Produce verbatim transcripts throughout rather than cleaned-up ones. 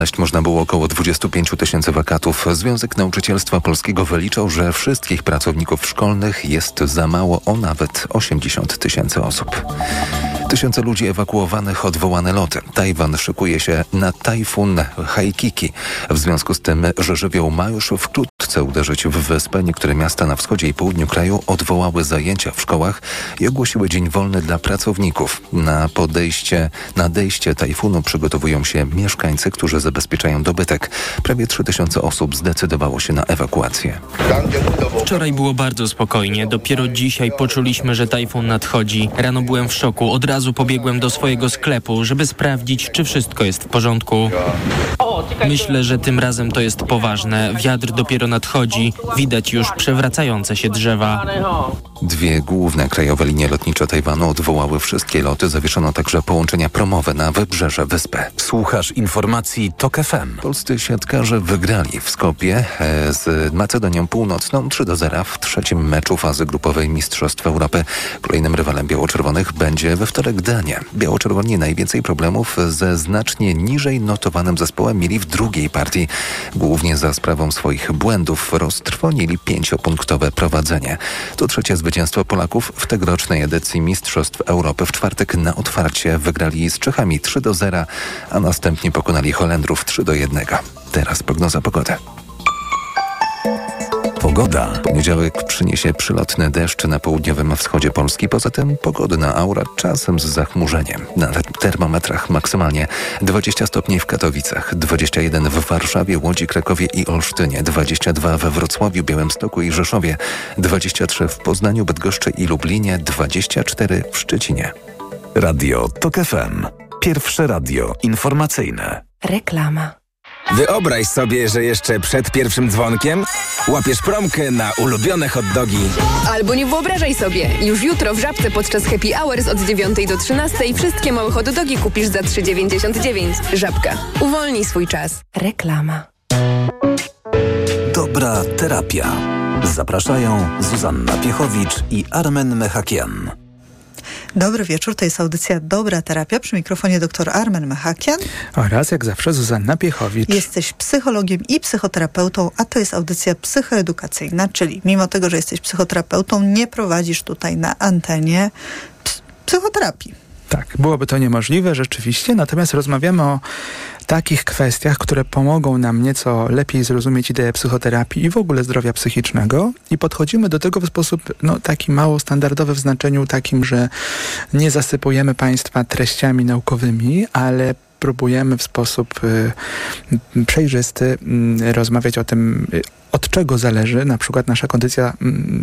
Można było około dwadzieścia pięć tysięcy wakatów. Związek Nauczycielstwa Polskiego wyliczał, że wszystkich pracowników szkolnych jest za mało o nawet osiemdziesiąt tysięcy osób. Tysiące ludzi ewakuowanych, odwołane loty. Tajwan szykuje się na tajfun Haikiki. W związku z tym, że żywioł ma już wkrótce uderzyć w wyspę, niektóre miasta na wschodzie i południu kraju odwołały zajęcia w szkołach i ogłosiły dzień wolny dla pracowników. Na podejście, nadejście tajfunu przygotowują się mieszkańcy, którzy zabezpieczają dobytek. Prawie trzy tysiące osób zdecydowało się na ewakuację. Wczoraj było bardzo spokojnie. Dopiero dzisiaj poczuliśmy, że tajfun nadchodzi. Rano byłem w szoku. Od razu pobiegłem do swojego sklepu, żeby sprawdzić, czy wszystko jest w porządku. Myślę, że tym razem to jest poważne. Wiatr dopiero nadchodzi. Widać już przewracające się drzewa. Dwie główne krajowe linie lotnicze Tajwanu odwołały wszystkie loty. Zawieszono także połączenia promowe na wybrzeże wyspy. Słuchasz informacji TOK F M. Polscy siatkarze wygrali w Skopie z Macedonią Północną trzy do zera w trzecim meczu fazy grupowej Mistrzostw Europy. Kolejnym rywalem biało-czerwonych będzie we wtorek Dania. Biało-czerwoni najwięcej problemów ze znacznie niżej notowanym zespołem mieli w drugiej partii. Głównie za sprawą swoich błędów roztrwonili pięciopunktowe prowadzenie. To trzecie zwycięstwo Polaków w tegorocznej edycji Mistrzostw Europy. W czwartek na otwarcie wygrali z Czechami trzy do zera, a następnie pokonali Holendrów trzy do jednego. Teraz prognoza pogody. Pogoda. Poniedziałek przyniesie przylotny deszcz na południowym wschodzie Polski. Poza tym pogodna aura, czasem z zachmurzeniem. Na termometrach maksymalnie dwadzieścia stopni w Katowicach, dwadzieścia jeden w Warszawie, Łodzi, Krakowie i Olsztynie, dwadzieścia dwa we Wrocławiu, Białymstoku i Rzeszowie, dwadzieścia trzy w Poznaniu, Bydgoszczy i Lublinie, dwadzieścia cztery w Szczecinie. Radio TOK F M. Pierwsze radio informacyjne. Reklama. Wyobraź sobie, że jeszcze przed pierwszym dzwonkiem łapiesz promkę na ulubione hot dogi. Albo nie wyobrażaj sobie. Już jutro w Żabce podczas Happy Hours od dziewiątej do trzynastej wszystkie małe hot dogi kupisz za trzy dziewięćdziesiąt dziewięć. Żabka. Uwolnij swój czas. Reklama. Dobra terapia. Zapraszają Zuzanna Piechowicz i Armen Mechakian. Dobry wieczór, to jest audycja Dobra Terapia. Przy mikrofonie dr Armen Mechakian. Oraz jak zawsze Zuzanna Piechowicz. Jesteś psychologiem i psychoterapeutą, a to jest audycja psychoedukacyjna, czyli mimo tego, że jesteś psychoterapeutą, nie prowadzisz tutaj na antenie psychoterapii. Tak, byłoby to niemożliwe rzeczywiście, natomiast rozmawiamy o takich kwestiach, które pomogą nam nieco lepiej zrozumieć ideę psychoterapii i w ogóle zdrowia psychicznego i podchodzimy do tego w sposób no, taki mało standardowy w znaczeniu takim, że nie zasypujemy Państwa treściami naukowymi, ale próbujemy w sposób y, przejrzysty y, rozmawiać o tym, y, od czego zależy na przykład nasza kondycja,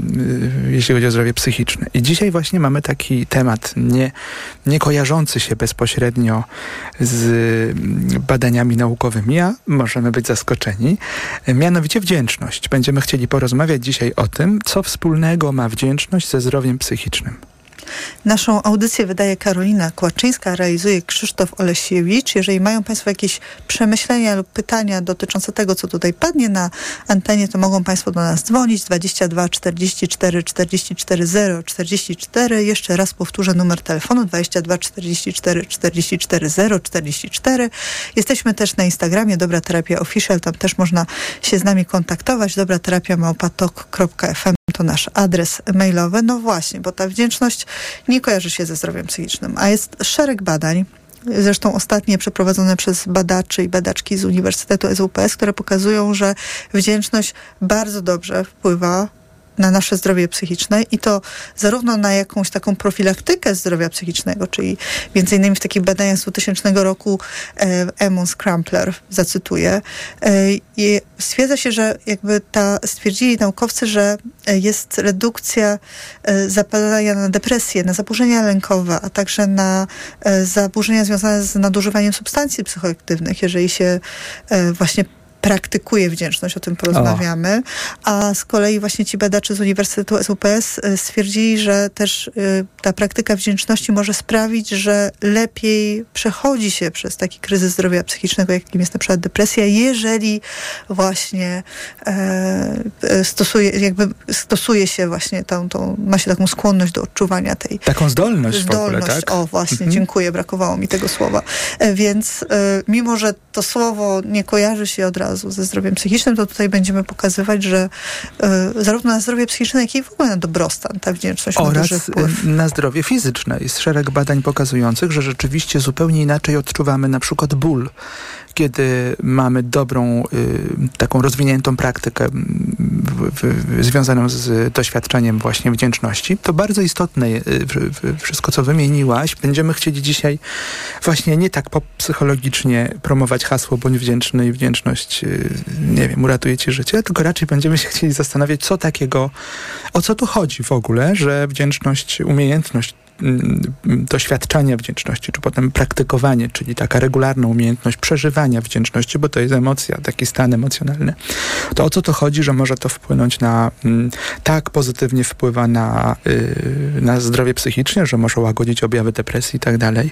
y, jeśli chodzi o zdrowie psychiczne. I dzisiaj właśnie mamy taki temat nie, nie kojarzący się bezpośrednio z y, badaniami naukowymi, a możemy być zaskoczeni. Y, mianowicie wdzięczność. Będziemy chcieli porozmawiać dzisiaj o tym, co wspólnego ma wdzięczność ze zdrowiem psychicznym. Naszą audycję wydaje Karolina Kłaczyńska, realizuje Krzysztof Olesiewicz. Jeżeli mają Państwo jakieś przemyślenia lub pytania dotyczące tego, co tutaj padnie na antenie, to mogą Państwo do nas dzwonić. dwadzieścia dwa czterdzieści cztery czterdzieści cztery zero czterdzieści cztery. Jeszcze raz powtórzę numer telefonu dwadzieścia dwa czterdzieści cztery czterdzieści cztery zero czterdzieści cztery. Jesteśmy też na Instagramie Dobra Terapia Official. Tam też można się z nami kontaktować. Dobra Terapia małpa tok kropka f m to nasz adres mailowy. No właśnie, bo ta wdzięczność nie kojarzy się ze zdrowiem psychicznym, a jest szereg badań, zresztą ostatnie przeprowadzone przez badaczy i badaczki z Uniwersytetu S W P S, które pokazują, że wdzięczność bardzo dobrze wpływa na nasze zdrowie psychiczne i to zarówno na jakąś taką profilaktykę zdrowia psychicznego, czyli między innymi w takich badaniach z dwutysięcznego roku e, Emmons Crumpler, zacytuję, e, i stwierdza się, że jakby ta, stwierdzili naukowcy, że jest redukcja e, zapalenia na depresję, na zaburzenia lękowe, a także na e, zaburzenia związane z nadużywaniem substancji psychoaktywnych, jeżeli się e, właśnie praktykuje wdzięczność, o tym porozmawiamy, o. a z kolei właśnie ci badacze z Uniwersytetu S W P S stwierdzili, że też y, ta praktyka wdzięczności może sprawić, że lepiej przechodzi się przez taki kryzys zdrowia psychicznego, jakim jest na przykład depresja, jeżeli właśnie e, stosuje, jakby stosuje się właśnie tą, tą, ma się taką skłonność do odczuwania tej... Taką zdolność, zdolność w ogóle, tak? O, właśnie, mhm. dziękuję, brakowało mi tego słowa. E, więc e, mimo, że to słowo nie kojarzy się od razu ze zdrowiem psychicznym, to tutaj będziemy pokazywać, że y, zarówno na zdrowie psychiczne, jak i w ogóle na dobrostan ta wdzięczność ma duży wpływ. Oraz na zdrowie fizyczne. Jest szereg badań pokazujących, że rzeczywiście zupełnie inaczej odczuwamy na przykład ból, kiedy mamy dobrą, y, taką rozwiniętą praktykę y, y, y, związaną z doświadczeniem właśnie wdzięczności. To bardzo istotne y, y, wszystko, co wymieniłaś. Będziemy chcieli dzisiaj właśnie nie tak psychologicznie promować hasło bądź wdzięczny i wdzięczność, y, nie wiem, uratuje ci życie, tylko raczej będziemy się chcieli zastanawiać, co takiego, o co tu chodzi w ogóle, że wdzięczność, umiejętność doświadczania wdzięczności, czy potem praktykowanie, czyli taka regularna umiejętność przeżywania wdzięczności, bo to jest emocja, taki stan emocjonalny. To o co to chodzi, że może to wpłynąć na, tak pozytywnie wpływa na, na zdrowie psychiczne, że może łagodzić objawy depresji i tak dalej.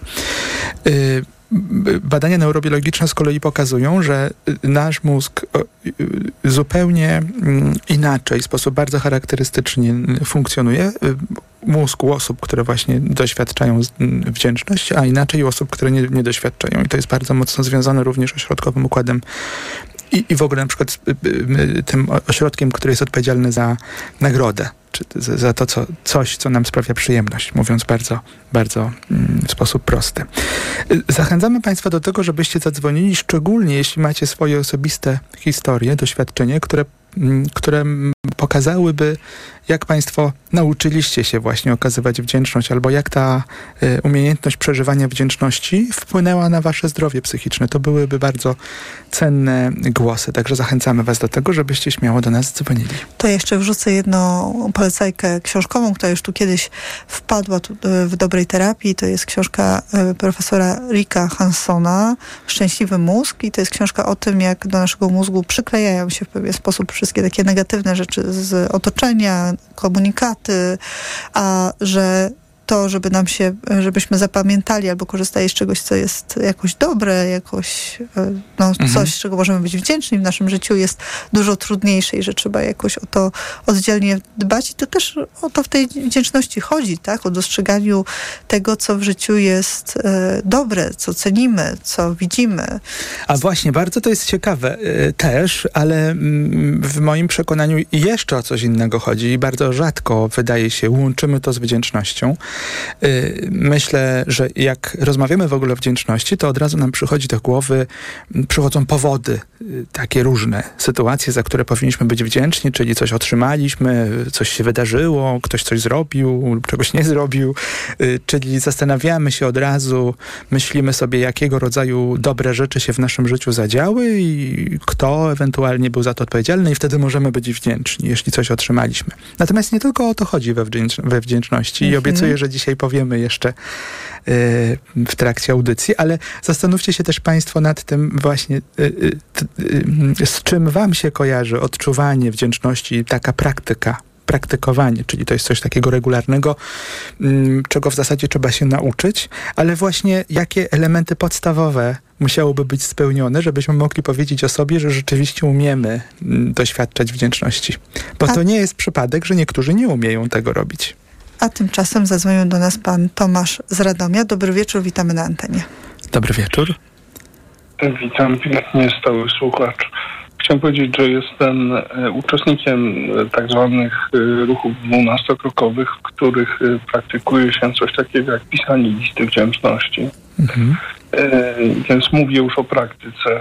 Badania neurobiologiczne z kolei pokazują, że nasz mózg zupełnie inaczej, w sposób bardzo charakterystyczny funkcjonuje. Mózg u osób, które właśnie doświadczają wdzięczności, a inaczej u osób, które nie, nie doświadczają. I to jest bardzo mocno związane również z ośrodkowym układem i, i w ogóle na przykład tym ośrodkiem, który jest odpowiedzialny za nagrodę, czy za to, co, coś, co nam sprawia przyjemność, mówiąc bardzo, bardzo w sposób prosty. Zachęcamy Państwa do tego, żebyście zadzwonili, szczególnie jeśli macie swoje osobiste historie, doświadczenie, które, które pokazałyby, jak Państwo nauczyliście się właśnie okazywać wdzięczność, albo jak ta y, umiejętność przeżywania wdzięczności wpłynęła na Wasze zdrowie psychiczne. To byłyby bardzo cenne głosy. Także zachęcamy Was do tego, żebyście śmiało do nas dzwonili. To jeszcze wrzucę jedną polecajkę książkową, która już tu kiedyś wpadła tu, w dobrej terapii. To jest książka y, profesora Ricka Hansona, Szczęśliwy mózg. I to jest książka o tym, jak do naszego mózgu przyklejają się w pewien sposób wszystkie takie negatywne rzeczy z otoczenia, komunikaty, a że to, żeby nam się, żebyśmy zapamiętali albo korzystali z czegoś, co jest jakoś dobre, jakoś no, mhm. coś, z czego możemy być wdzięczni w naszym życiu, jest dużo trudniejsze i że trzeba jakoś o to oddzielnie dbać. I to też o to w tej wdzięczności chodzi, tak? O dostrzeganiu tego, co w życiu jest e, dobre, co cenimy, co widzimy. A właśnie, bardzo to jest ciekawe y, też, ale mm, w moim przekonaniu jeszcze o coś innego chodzi i bardzo rzadko, wydaje się, łączymy to z wdzięcznością. Myślę, że jak rozmawiamy w ogóle o wdzięczności, to od razu nam przychodzi do głowy, przychodzą powody, takie różne sytuacje, za które powinniśmy być wdzięczni, czyli coś otrzymaliśmy, coś się wydarzyło, ktoś coś zrobił, czegoś nie zrobił, czyli zastanawiamy się od razu, myślimy sobie, jakiego rodzaju dobre rzeczy się w naszym życiu zadziały i kto ewentualnie był za to odpowiedzialny i wtedy możemy być wdzięczni, jeśli coś otrzymaliśmy. Natomiast nie tylko o to chodzi we, wdzięcz- we wdzięczności i obiecuję, że dzisiaj powiemy jeszcze yy, w trakcie audycji, ale zastanówcie się też Państwo nad tym właśnie, yy, yy, z czym Wam się kojarzy odczuwanie wdzięczności, taka praktyka, praktykowanie, czyli to jest coś takiego regularnego, yy, czego w zasadzie trzeba się nauczyć, ale właśnie jakie elementy podstawowe musiałoby być spełnione, żebyśmy mogli powiedzieć o sobie, że rzeczywiście umiemy yy, doświadczać wdzięczności. Bo A... to nie jest przypadek, że niektórzy nie umieją tego robić. A tymczasem zadzwonił do nas pan Tomasz z Radomia. Dobry wieczór, witamy na antenie. Dobry wieczór. Witam, pięknie, stały słuchacz. Chciałem powiedzieć, że jestem uczestnikiem tak zwanych ruchów dwunastokrokowych, w których praktykuje się coś takiego jak pisanie listy wdzięczności. Mhm. Więc mówię już o praktyce.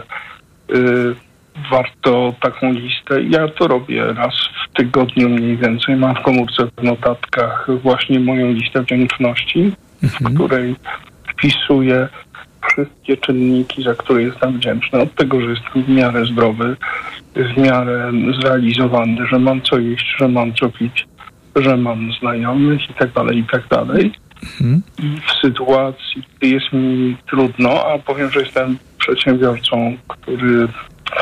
Warto taką listę. Ja to robię raz w tygodniu mniej więcej. Mam w komórce w notatkach właśnie moją listę wdzięczności, mhm. w której wpisuję wszystkie czynniki, za które jestem wdzięczny. Od tego, że jestem w miarę zdrowy, w miarę zrealizowany, że mam co jeść, że mam co pić, że mam znajomych i tak dalej, i tak dalej. Mhm. I w sytuacji, gdy jest mi trudno, a powiem, że jestem przedsiębiorcą, który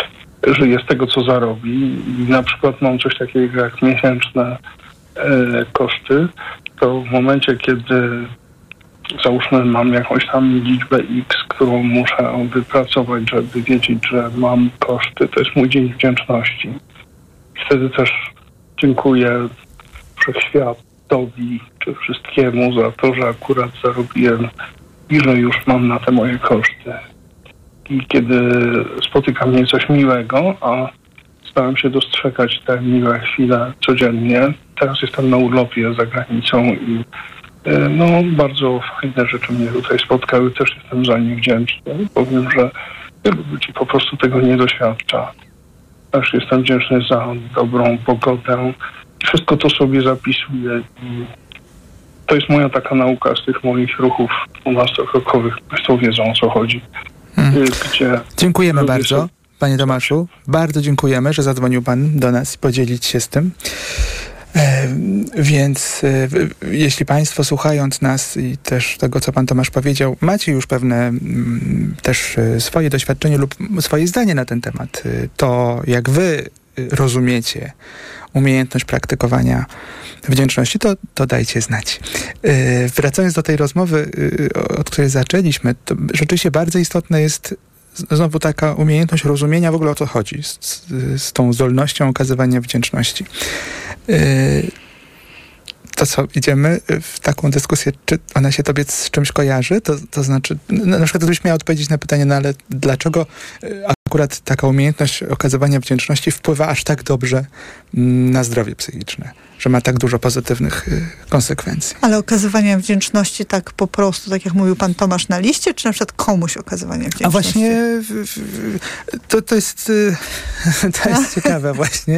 żyje z tego, co zarobi. I na przykład mam coś takiego jak miesięczne e, koszty, to w momencie, kiedy załóżmy mam jakąś tam liczbę X, którą muszę wypracować, żeby wiedzieć, że mam koszty, to jest mój dzień wdzięczności. I wtedy też dziękuję wszechświatowi czy wszystkiemu za to, że akurat zarobiłem i że już mam na te moje koszty. I kiedy spotyka mnie coś miłego, a staram się dostrzegać te miłe chwile codziennie. Teraz jestem na urlopie za granicą i no bardzo fajne rzeczy mnie tutaj spotkały. Też jestem za nie wdzięczny. Powiem, że wielu ludzi po prostu tego nie doświadcza. Też jestem wdzięczny za dobrą pogodę. I wszystko to sobie zapisuję. I to jest moja taka nauka z tych moich ruchów dwunastokrokowych. Państwo wiedzą, o co chodzi. Hmm. Gdzie Dziękujemy bardzo, są... panie Tomaszu. Bardzo dziękujemy, że zadzwonił pan do nas i podzielić się z tym. E, więc e, jeśli państwo, słuchając nas i też tego, co pan Tomasz powiedział, macie już pewne m, też e, swoje doświadczenie lub swoje zdanie na ten temat, e, to jak wy rozumiecie umiejętność praktykowania wdzięczności, to, to dajcie znać. E, wracając do tej rozmowy, e, od której zaczęliśmy, to rzeczywiście bardzo istotne jest znowu taka umiejętność rozumienia w ogóle, o co chodzi z, z, z tą zdolnością okazywania wdzięczności. Yy, to co, idziemy w taką dyskusję, czy ona się tobie z czymś kojarzy? To, to znaczy, no, na przykład gdybyś miał odpowiedzieć na pytanie, no ale dlaczego akurat taka umiejętność okazywania wdzięczności wpływa aż tak dobrze na zdrowie psychiczne, że ma tak dużo pozytywnych y, konsekwencji? Ale okazywania wdzięczności tak po prostu, tak jak mówił pan Tomasz, na liście, czy na przykład komuś okazywania wdzięczności? A właśnie w, w, to, to jest y, to jest ciekawe właśnie.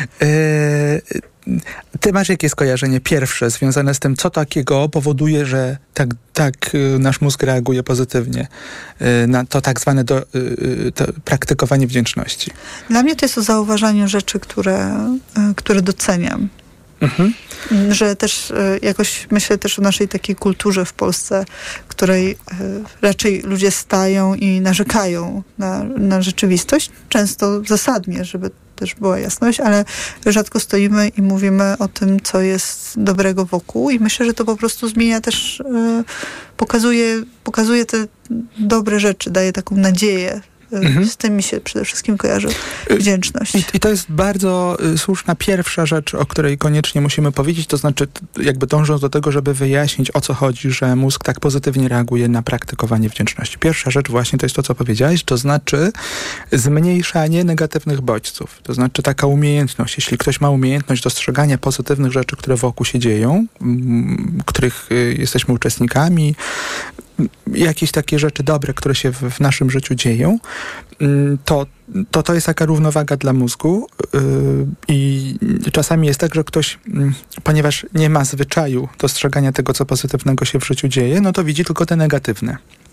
Y, Ty masz jakieś skojarzenie pierwsze związane z tym, co takiego powoduje, że tak, tak nasz mózg reaguje pozytywnie na to tak zwane do, to praktykowanie wdzięczności? Dla mnie to jest o zauważaniu rzeczy, które, które doceniam. Mhm. Że też jakoś myślę też o naszej takiej kulturze w Polsce, której raczej ludzie stają i narzekają na, na rzeczywistość, często zasadnie, żeby też była jasność, ale rzadko stoimy i mówimy o tym, co jest dobrego wokół, i myślę, że to po prostu zmienia też, pokazuje, pokazuje te dobre rzeczy, daje taką nadzieję. Mhm. Z tym mi się przede wszystkim kojarzy wdzięczność. I, I to jest bardzo y, słuszna pierwsza rzecz, o której koniecznie musimy powiedzieć, to znaczy jakby dążąc do tego, żeby wyjaśnić, o co chodzi, że mózg tak pozytywnie reaguje na praktykowanie wdzięczności. Pierwsza rzecz właśnie to jest to, co powiedziałeś, to znaczy zmniejszanie negatywnych bodźców. To znaczy taka umiejętność, jeśli ktoś ma umiejętność dostrzegania pozytywnych rzeczy, które wokół się dzieją, m, których y, jesteśmy uczestnikami, jakieś takie rzeczy dobre, które się w, w naszym życiu dzieją, to, to to jest taka równowaga dla mózgu yy, i czasami jest tak, że ktoś, yy, ponieważ nie ma zwyczaju dostrzegania tego, co pozytywnego się w życiu dzieje, no to widzi tylko te negatywne.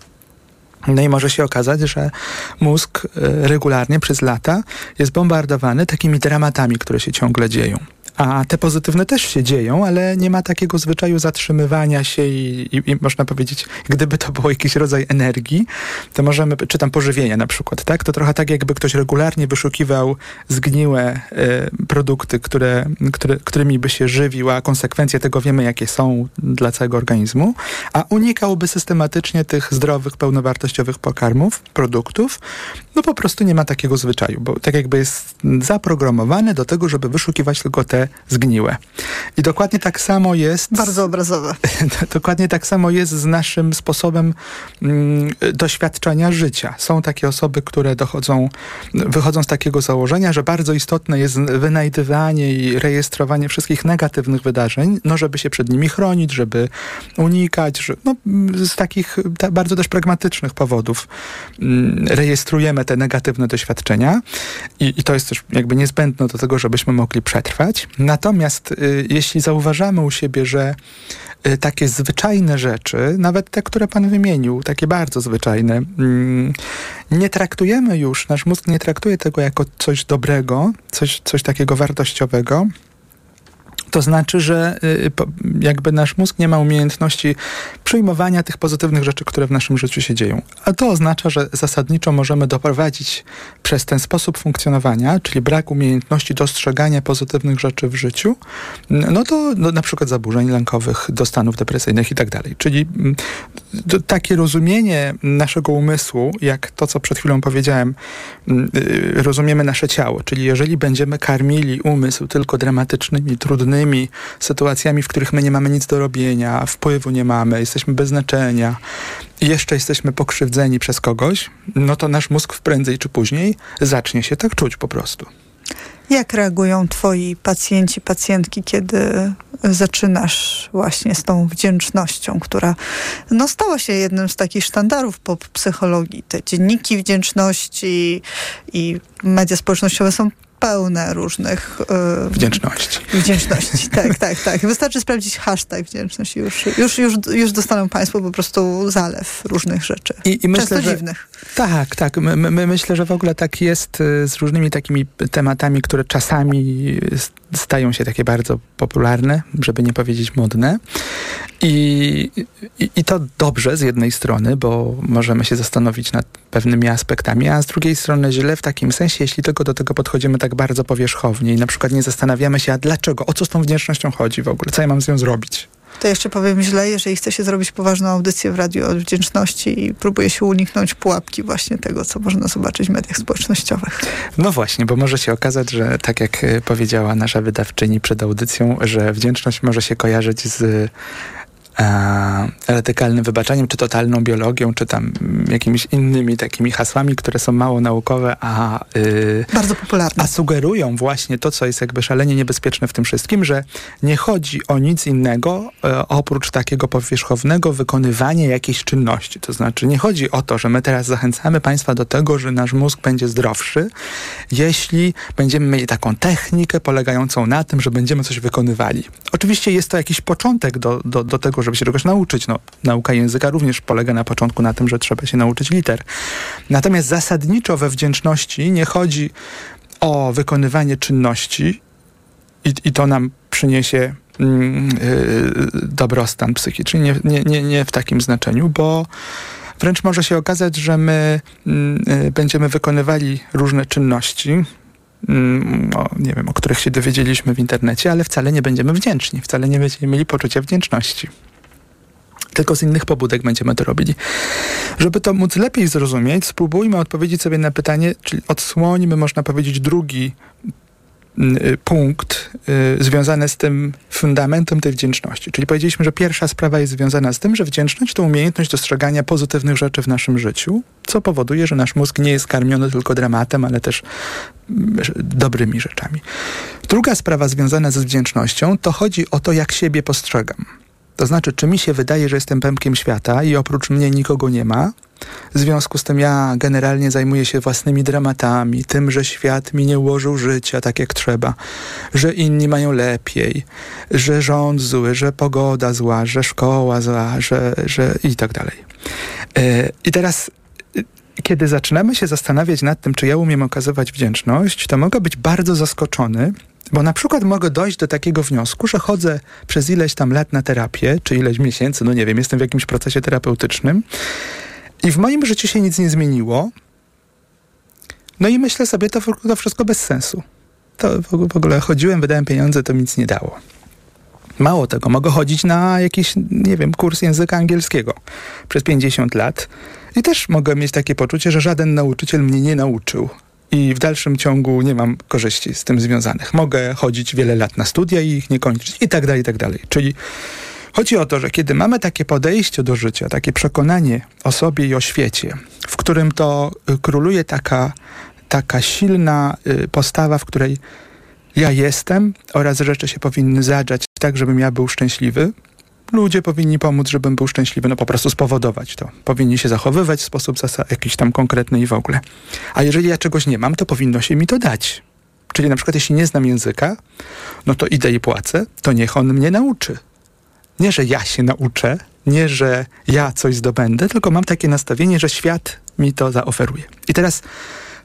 No i może się okazać, że mózg yy, regularnie przez lata jest bombardowany takimi dramatami, które się ciągle dzieją. A te pozytywne też się dzieją, ale nie ma takiego zwyczaju zatrzymywania się i, i, i można powiedzieć, gdyby to był jakiś rodzaj energii, to możemy, czy tam pożywienia na przykład, tak? To trochę tak, jakby ktoś regularnie wyszukiwał zgniłe y, produkty, które, które, którymi by się żywił, a konsekwencje tego wiemy, jakie są dla całego organizmu, a unikałby systematycznie tych zdrowych, pełnowartościowych pokarmów, produktów, no po prostu nie ma takiego zwyczaju, bo tak jakby jest zaprogramowany do tego, żeby wyszukiwać tylko te zgniłe. I dokładnie tak samo jest... Bardzo obrazowe. Dokładnie tak samo jest z naszym sposobem mm, doświadczenia życia. Są takie osoby, które dochodzą, wychodzą z takiego założenia, że bardzo istotne jest wynajdywanie i rejestrowanie wszystkich negatywnych wydarzeń, no żeby się przed nimi chronić, żeby unikać, że, no, z takich ta, bardzo też pragmatycznych powodów mm, rejestrujemy te negatywne doświadczenia i, i to jest też jakby niezbędne do tego, żebyśmy mogli przetrwać. Natomiast y, jeśli zauważamy u siebie, że y, takie zwyczajne rzeczy, nawet te, które pan wymienił, takie bardzo zwyczajne, y, nie traktujemy już, nasz mózg nie traktuje tego jako coś dobrego, coś, coś takiego wartościowego, To znaczy, że jakby nasz mózg nie ma umiejętności przyjmowania tych pozytywnych rzeczy, które w naszym życiu się dzieją. A to oznacza, że zasadniczo możemy doprowadzić przez ten sposób funkcjonowania, czyli brak umiejętności dostrzegania pozytywnych rzeczy w życiu, no do no, na przykład zaburzeń lękowych, do stanów depresyjnych i tak dalej. Czyli to, takie rozumienie naszego umysłu, jak to, co przed chwilą powiedziałem, rozumiemy nasze ciało. Czyli jeżeli będziemy karmili umysł tylko dramatycznymi, trudnymi sytuacjami, w których my nie mamy nic do robienia, wpływu nie mamy, jesteśmy bez znaczenia i jeszcze jesteśmy pokrzywdzeni przez kogoś, no to nasz mózg prędzej czy później zacznie się tak czuć po prostu. Jak reagują twoi pacjenci, pacjentki, kiedy zaczynasz właśnie z tą wdzięcznością, która no, stała się jednym z takich sztandarów po psychologii? Te dzienniki wdzięczności i media społecznościowe są pełne różnych... Yy, wdzięczności. Wdzięczności, tak, tak, tak. Wystarczy sprawdzić hashtag wdzięczność i już, już, już, już dostaną państwo po prostu zalew różnych rzeczy. I, i myślę, często że, dziwnych. Tak, tak. My, my myślę, że w ogóle tak jest z różnymi takimi tematami, które czasami stają się takie bardzo popularne, żeby nie powiedzieć modne. I, i, i to dobrze z jednej strony, bo możemy się zastanowić nad pewnymi aspektami, a z drugiej strony źle w takim sensie, jeśli tylko do tego podchodzimy tak bardzo powierzchownie i na przykład nie zastanawiamy się, a dlaczego, o co z tą wdzięcznością chodzi w ogóle, co ja mam z nią zrobić. To jeszcze powiem źle, jeżeli chce się zrobić poważną audycję w radiu o wdzięczności i próbuje się uniknąć pułapki właśnie tego, co można zobaczyć w mediach społecznościowych. No właśnie, bo może się okazać, że tak jak powiedziała nasza wydawczyni przed audycją, że wdzięczność może się kojarzyć z E, radykalnym wybaczaniem, czy totalną biologią, czy tam jakimiś innymi takimi hasłami, które są mało naukowe, a y, bardzo popularne. A sugerują właśnie to, co jest jakby szalenie niebezpieczne w tym wszystkim, że nie chodzi o nic innego e, oprócz takiego powierzchownego wykonywania jakiejś czynności. To znaczy nie chodzi o to, że my teraz zachęcamy państwa do tego, że nasz mózg będzie zdrowszy, jeśli będziemy mieli taką technikę polegającą na tym, że będziemy coś wykonywali. Oczywiście jest to jakiś początek do, do, do tego, żeby się czegoś nauczyć. No, nauka języka również polega na początku na tym, że trzeba się nauczyć liter. Natomiast zasadniczo we wdzięczności nie chodzi o wykonywanie czynności i, i to nam przyniesie mm, yy, dobrostan psychiczny. Nie, nie, nie, nie w takim znaczeniu, bo wręcz może się okazać, że my yy, będziemy wykonywali różne czynności, O, nie wiem, o których się dowiedzieliśmy w internecie, ale wcale nie będziemy wdzięczni, wcale nie będziemy mieli poczucia wdzięczności. Tylko z innych pobudek będziemy to robili. Żeby to móc lepiej zrozumieć, spróbujmy odpowiedzieć sobie na pytanie, czyli odsłońmy, można powiedzieć, drugi y, punkt y, związany z tym fundamentem tej wdzięczności. Czyli powiedzieliśmy, że pierwsza sprawa jest związana z tym, że wdzięczność to umiejętność dostrzegania pozytywnych rzeczy w naszym życiu, co powoduje, że nasz mózg nie jest karmiony tylko dramatem, ale też dobrymi rzeczami. Druga sprawa związana ze wdzięcznością to chodzi o to, jak siebie postrzegam. To znaczy, czy mi się wydaje, że jestem pępkiem świata i oprócz mnie nikogo nie ma. W związku z tym ja generalnie zajmuję się własnymi dramatami, tym, że świat mi nie ułożył życia tak jak trzeba, że inni mają lepiej, że rząd zły, że pogoda zła, że szkoła zła, że, że i tak dalej. Yy, I teraz kiedy zaczynamy się zastanawiać nad tym, czy ja umiem okazywać wdzięczność, to mogę być bardzo zaskoczony, bo na przykład mogę dojść do takiego wniosku, że chodzę przez ileś tam lat na terapię, czy ileś miesięcy, no nie wiem, jestem w jakimś procesie terapeutycznym i w moim życiu się nic nie zmieniło. No i myślę sobie, to, to wszystko bez sensu. To w ogóle chodziłem, wydałem pieniądze, to mi nic nie dało. Mało tego, mogę chodzić na jakiś, nie wiem, kurs języka angielskiego przez pięćdziesiąt lat i też mogę mieć takie poczucie, że żaden nauczyciel mnie nie nauczył i w dalszym ciągu nie mam korzyści z tym związanych. Mogę chodzić wiele lat na studia i ich nie kończyć i tak dalej, i tak dalej. Czyli chodzi o to, że kiedy mamy takie podejście do życia, takie przekonanie o sobie i o świecie, w którym to króluje taka, taka silna postawa, w której ja jestem oraz rzeczy się powinny zadziać tak, żebym ja był szczęśliwy. Ludzie powinni pomóc, żebym był szczęśliwy, no po prostu spowodować to. Powinni się zachowywać w sposób zasa- jakiś tam konkretny i w ogóle. A jeżeli ja czegoś nie mam, to powinno się mi to dać. Czyli na przykład jeśli nie znam języka, no to idę i płacę, to niech on mnie nauczy. Nie, że ja się nauczę, nie, że ja coś zdobędę, tylko mam takie nastawienie, że świat mi to zaoferuje. I teraz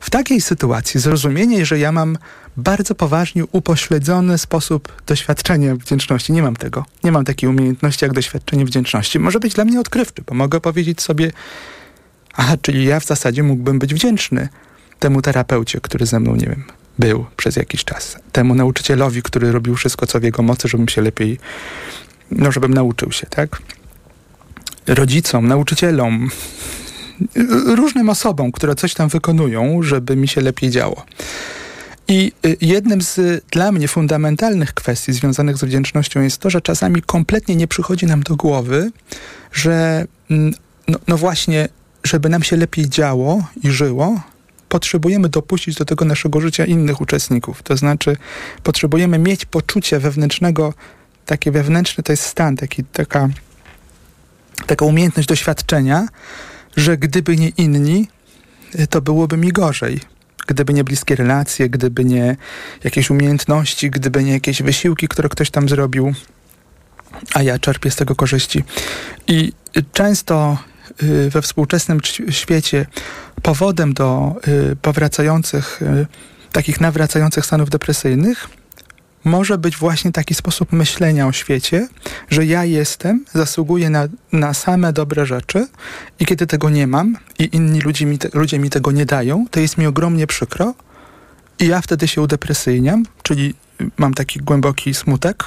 W takiej sytuacji zrozumienie, że ja mam bardzo poważnie upośledzony sposób doświadczenia wdzięczności. Nie mam tego. Nie mam takiej umiejętności jak doświadczenie wdzięczności. Może być dla mnie odkrywczy, bo mogę powiedzieć sobie, aha, czyli ja w zasadzie mógłbym być wdzięczny temu terapeucie, który ze mną, nie wiem, był przez jakiś czas. Temu nauczycielowi, który robił wszystko, co w jego mocy, żebym się lepiej, no żebym nauczył się, tak? Rodzicom, nauczycielom, różnym osobom, które coś tam wykonują, żeby mi się lepiej działo. I jednym z dla mnie fundamentalnych kwestii związanych z wdzięcznością jest to, że czasami kompletnie nie przychodzi nam do głowy, że no, no właśnie, żeby nam się lepiej działo i żyło, potrzebujemy dopuścić do tego naszego życia innych uczestników. To znaczy potrzebujemy mieć poczucie wewnętrznego, takie wewnętrzne to jest stan, taki, taka, taka umiejętność doświadczenia, że gdyby nie inni, to byłoby mi gorzej. Gdyby nie bliskie relacje, gdyby nie jakieś umiejętności, gdyby nie jakieś wysiłki, które ktoś tam zrobił, a ja czerpię z tego korzyści. I często we współczesnym świecie powodem do powracających, takich nawracających stanów depresyjnych może być właśnie taki sposób myślenia o świecie, że ja jestem, zasługuję na, na same dobre rzeczy i kiedy tego nie mam i inni ludzie mi, te, ludzie mi tego nie dają, to jest mi ogromnie przykro i ja wtedy się udepresyjniam, czyli mam taki głęboki smutek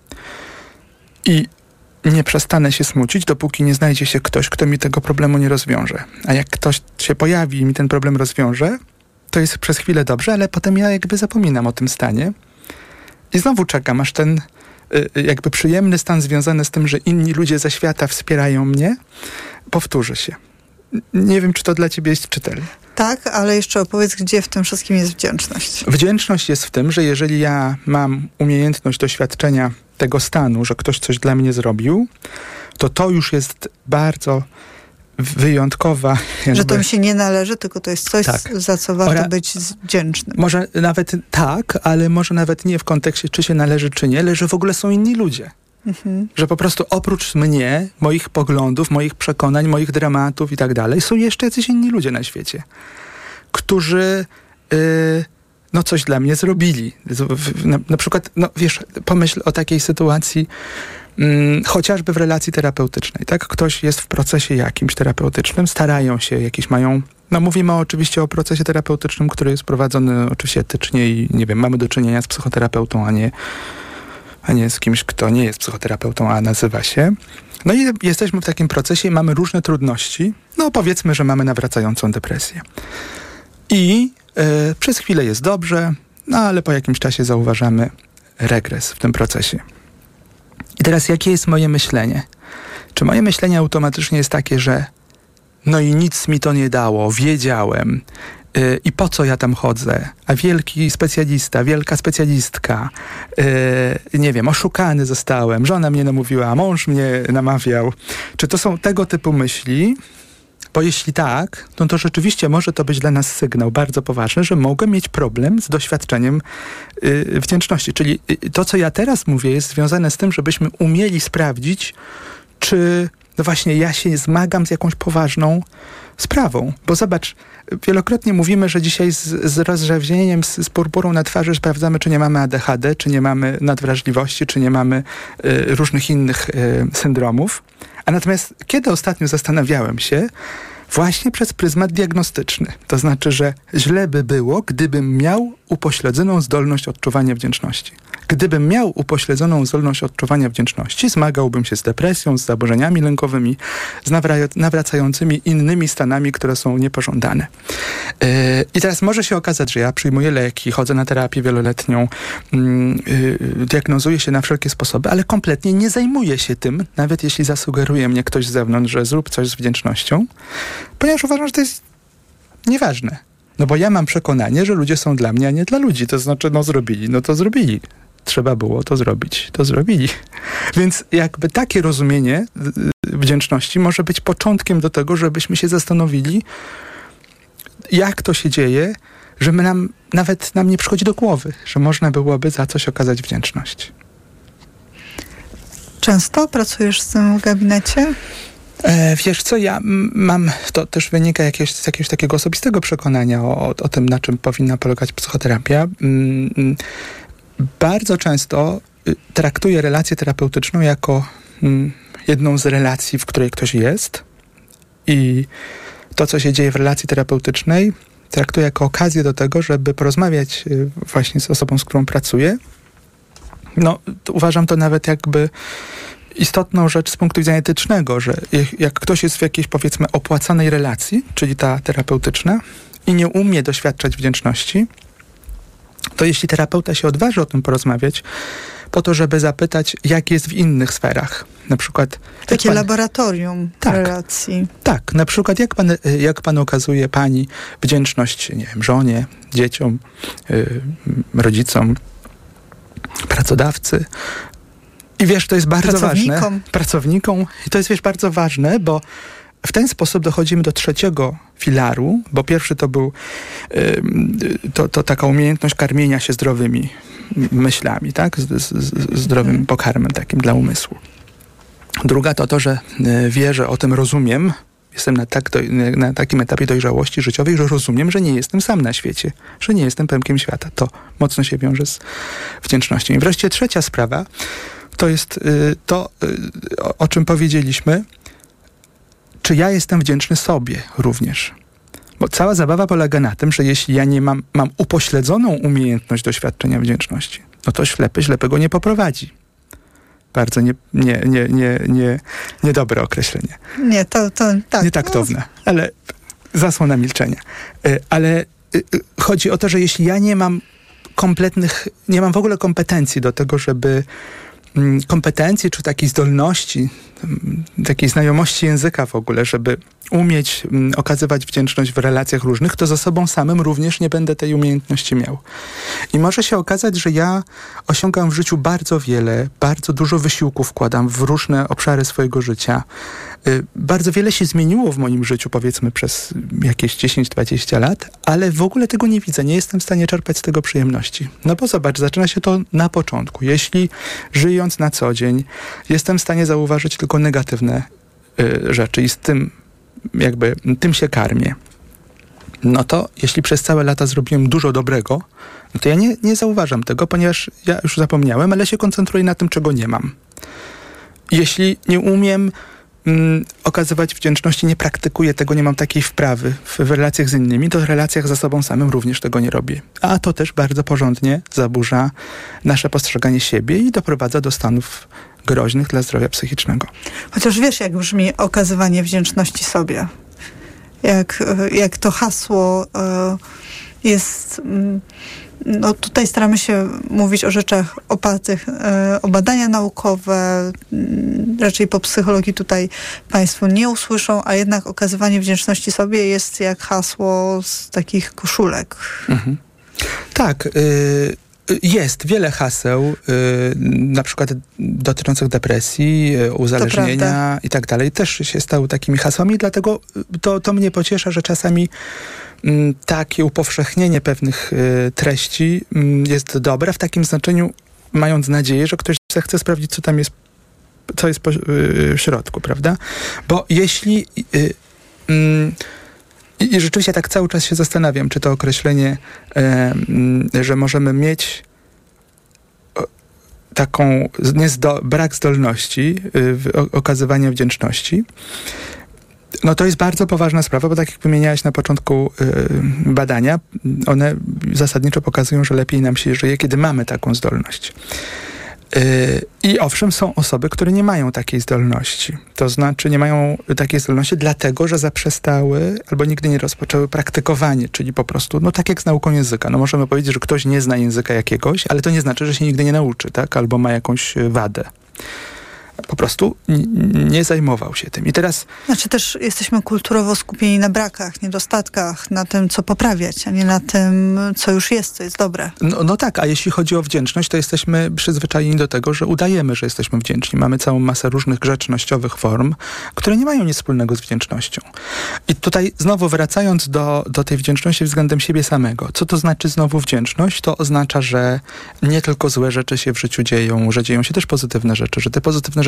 i nie przestanę się smucić, dopóki nie znajdzie się ktoś, kto mi tego problemu nie rozwiąże. A jak ktoś się pojawi i mi ten problem rozwiąże, to jest przez chwilę dobrze, ale potem ja jakby zapominam o tym stanie. I znowu czekam, aż ten y, jakby przyjemny stan związany z tym, że inni ludzie ze świata wspierają mnie, powtórzy się. Nie wiem, czy to dla ciebie jest czytelne. Tak, ale jeszcze opowiedz, gdzie w tym wszystkim jest wdzięczność. Wdzięczność jest w tym, że jeżeli ja mam umiejętność doświadczenia tego stanu, że ktoś coś dla mnie zrobił, to to już jest bardzo wyjątkowa... Jakby... Że to mi się nie należy, tylko to jest coś, tak. za co warto Ora... być wdzięcznym. Może nawet tak, ale może nawet nie w kontekście, czy się należy, czy nie, ale że w ogóle są inni ludzie. Mhm. Że po prostu oprócz mnie, moich poglądów, moich przekonań, moich dramatów i tak dalej, są jeszcze jacyś inni ludzie na świecie, którzy yy, no coś dla mnie zrobili. Na, na przykład, no wiesz, pomyśl o takiej sytuacji, Hmm, chociażby w relacji terapeutycznej, tak? Ktoś jest w procesie jakimś terapeutycznym, starają się, jakieś mają... No mówimy oczywiście o procesie terapeutycznym, który jest prowadzony oczywiście etycznie i nie wiem, mamy do czynienia z psychoterapeutą, a nie, a nie z kimś, kto nie jest psychoterapeutą, a nazywa się. No i jesteśmy w takim procesie i mamy różne trudności. No powiedzmy, że mamy nawracającą depresję. I yy, przez chwilę jest dobrze, no ale po jakimś czasie zauważamy regres w tym procesie. I teraz jakie jest moje myślenie? Czy moje myślenie automatycznie jest takie, że no i nic mi to nie dało, wiedziałem yy, i po co ja tam chodzę? A wielki specjalista, wielka specjalistka, yy, nie wiem, oszukany zostałem, żona mnie namówiła, mąż mnie namawiał. Czy to są tego typu myśli? Bo jeśli tak, no to rzeczywiście może to być dla nas sygnał bardzo poważny, że mogę mieć problem z doświadczeniem yy, wdzięczności. Czyli yy, to, co ja teraz mówię, jest związane z tym, żebyśmy umieli sprawdzić, czy no właśnie ja się zmagam z jakąś poważną sprawą. Bo zobacz, wielokrotnie mówimy, że dzisiaj z, z rozrzewnieniem, z, z purpurą na twarzy sprawdzamy, czy nie mamy A D H D, czy nie mamy nadwrażliwości, czy nie mamy yy, różnych innych yy, syndromów. A natomiast kiedy ostatnio zastanawiałem się, właśnie przez pryzmat diagnostyczny. To znaczy, że źle by było, gdybym miał upośledzoną zdolność odczuwania wdzięczności. Gdybym miał upośledzoną zdolność odczuwania wdzięczności, zmagałbym się z depresją, z zaburzeniami lękowymi, z nawra- nawracającymi innymi stanami, które są niepożądane. Yy, I teraz może się okazać, że ja przyjmuję leki, chodzę na terapię wieloletnią, yy, yy, diagnozuję się na wszelkie sposoby, ale kompletnie nie zajmuję się tym, nawet jeśli zasugeruje mnie ktoś z zewnątrz, że zrób coś z wdzięcznością, ponieważ uważam, że to jest nieważne. No bo ja mam przekonanie, że ludzie są dla mnie, a nie dla ludzi. To znaczy, no zrobili, no to zrobili. Trzeba było to zrobić, to zrobili. Więc jakby takie rozumienie wdzięczności może być początkiem do tego, żebyśmy się zastanowili, jak to się dzieje, że my nam, nawet nam nie przychodzi do głowy, że można byłoby za coś okazać wdzięczność. Często pracujesz z tym w gabinecie? E, wiesz co, ja m- mam, to też wynika jakiegoś, z jakiegoś takiego osobistego przekonania o, o, o tym, na czym powinna polegać psychoterapia. Mm, bardzo często y, traktuję relację terapeutyczną jako mm, jedną z relacji, w której ktoś jest i to, co się dzieje w relacji terapeutycznej, traktuję jako okazję do tego, żeby porozmawiać y, właśnie z osobą, z którą pracuję. No, to uważam to nawet jakby istotną rzecz z punktu widzenia etycznego, że jak ktoś jest w jakiejś, powiedzmy, opłacanej relacji, czyli ta terapeutyczna, i nie umie doświadczać wdzięczności, to jeśli terapeuta się odważy o tym porozmawiać, po to, żeby zapytać, jak jest w innych sferach. Na przykład... Takie pan, laboratorium tak, relacji. Tak, na przykład jak pan, jak pan okazuje pani wdzięczność, nie wiem, żonie, dzieciom, yy, rodzicom, pracodawcy. I wiesz, to jest bardzo Pracownikom. ważne. Pracownikom. I to jest, wiesz, bardzo ważne, bo w ten sposób dochodzimy do trzeciego filaru, bo pierwszy to był yy, to, to taka umiejętność karmienia się zdrowymi myślami, tak? Z, z, z zdrowym mm. pokarmem takim dla umysłu. Druga to to, że yy, wie, że o tym rozumiem. Jestem na, tak do, na takim etapie dojrzałości życiowej, że rozumiem, że nie jestem sam na świecie, że nie jestem pępkiem świata. To mocno się wiąże z wdzięcznością. I wreszcie trzecia sprawa to jest y, to, y, o, o czym powiedzieliśmy, czy ja jestem wdzięczny sobie również. Bo cała zabawa polega na tym, że jeśli ja nie mam, mam upośledzoną umiejętność doświadczenia wdzięczności, no to ślepy ślepego nie poprowadzi. Bardzo nie, nie, nie, nie, nie, niedobre określenie. Nie, to, to tak. Nietaktowne, ale zasłona milczenia. Ale chodzi o to, że jeśli ja nie mam kompletnych, nie mam w ogóle kompetencji do tego, żeby kompetencji czy takiej zdolności, takiej znajomości języka w ogóle, żeby umieć okazywać wdzięczność w relacjach różnych, to za sobą samym również nie będę tej umiejętności miał. I może się okazać, że ja osiągam w życiu bardzo wiele, bardzo dużo wysiłku wkładam w różne obszary swojego życia. Bardzo wiele się zmieniło w moim życiu, powiedzmy, przez jakieś dziesięć dwadzieścia lat, ale w ogóle tego nie widzę, nie jestem w stanie czerpać z tego przyjemności. No bo zobacz, zaczyna się to na początku. Jeśli żyjąc na co dzień jestem w stanie zauważyć tylko negatywne y, rzeczy i z tym jakby tym się karmię, no to jeśli przez całe lata zrobiłem dużo dobrego, no to ja nie, nie zauważam tego, ponieważ ja już zapomniałem, ale się koncentruję na tym, czego nie mam. Jeśli nie umiem mm, okazywać wdzięczności, nie praktykuję tego, nie mam takiej wprawy w, w relacjach z innymi, to w relacjach ze sobą samym również tego nie robię. A to też bardzo porządnie zaburza nasze postrzeganie siebie i doprowadza do stanów groźnych dla zdrowia psychicznego. Chociaż wiesz, jak brzmi okazywanie wdzięczności sobie. Jak, jak to hasło jest... No tutaj staramy się mówić o rzeczach opartych o badania naukowe. Raczej po psychologii tutaj państwo nie usłyszą, a jednak okazywanie wdzięczności sobie jest jak hasło z takich koszulek. Mhm. Tak, y- Jest wiele haseł, yy, na przykład dotyczących depresji, yy, uzależnienia i tak dalej. Też się stały takimi hasłami, dlatego to, to mnie pociesza, że czasami yy, takie upowszechnienie pewnych yy, treści yy, jest dobre, w takim znaczeniu mając nadzieję, że ktoś zechce sprawdzić, co tam jest, co jest po, yy, w środku, prawda? Bo jeśli... Yy, yy, I, I rzeczywiście tak cały czas się zastanawiam, czy to określenie, e, że możemy mieć o, taką niezdo, brak zdolności y, w, o, okazywania wdzięczności, no to jest bardzo poważna sprawa, bo tak jak wymieniałaś na początku y, badania, one zasadniczo pokazują, że lepiej nam się żyje, kiedy mamy taką zdolność. I owszem, są osoby, które nie mają takiej zdolności. To znaczy nie mają takiej zdolności dlatego, że zaprzestały albo nigdy nie rozpoczęły praktykowanie, czyli po prostu, no tak jak z nauką języka. No możemy powiedzieć, że ktoś nie zna języka jakiegoś, ale to nie znaczy, że się nigdy nie nauczy, tak? Albo ma jakąś wadę. Po prostu n- nie zajmował się tym. I teraz... Znaczy też jesteśmy kulturowo skupieni na brakach, niedostatkach, na tym, co poprawiać, a nie na tym, co już jest, co jest dobre. No, no tak, a jeśli chodzi o wdzięczność, to jesteśmy przyzwyczajeni do tego, że udajemy, że jesteśmy wdzięczni. Mamy całą masę różnych grzecznościowych form, które nie mają nic wspólnego z wdzięcznością. I tutaj znowu wracając do, do tej wdzięczności względem siebie samego. Co to znaczy znowu wdzięczność? To oznacza, że nie tylko złe rzeczy się w życiu dzieją, że dzieją się też pozytywne rzeczy, że te pozytywne rzeczy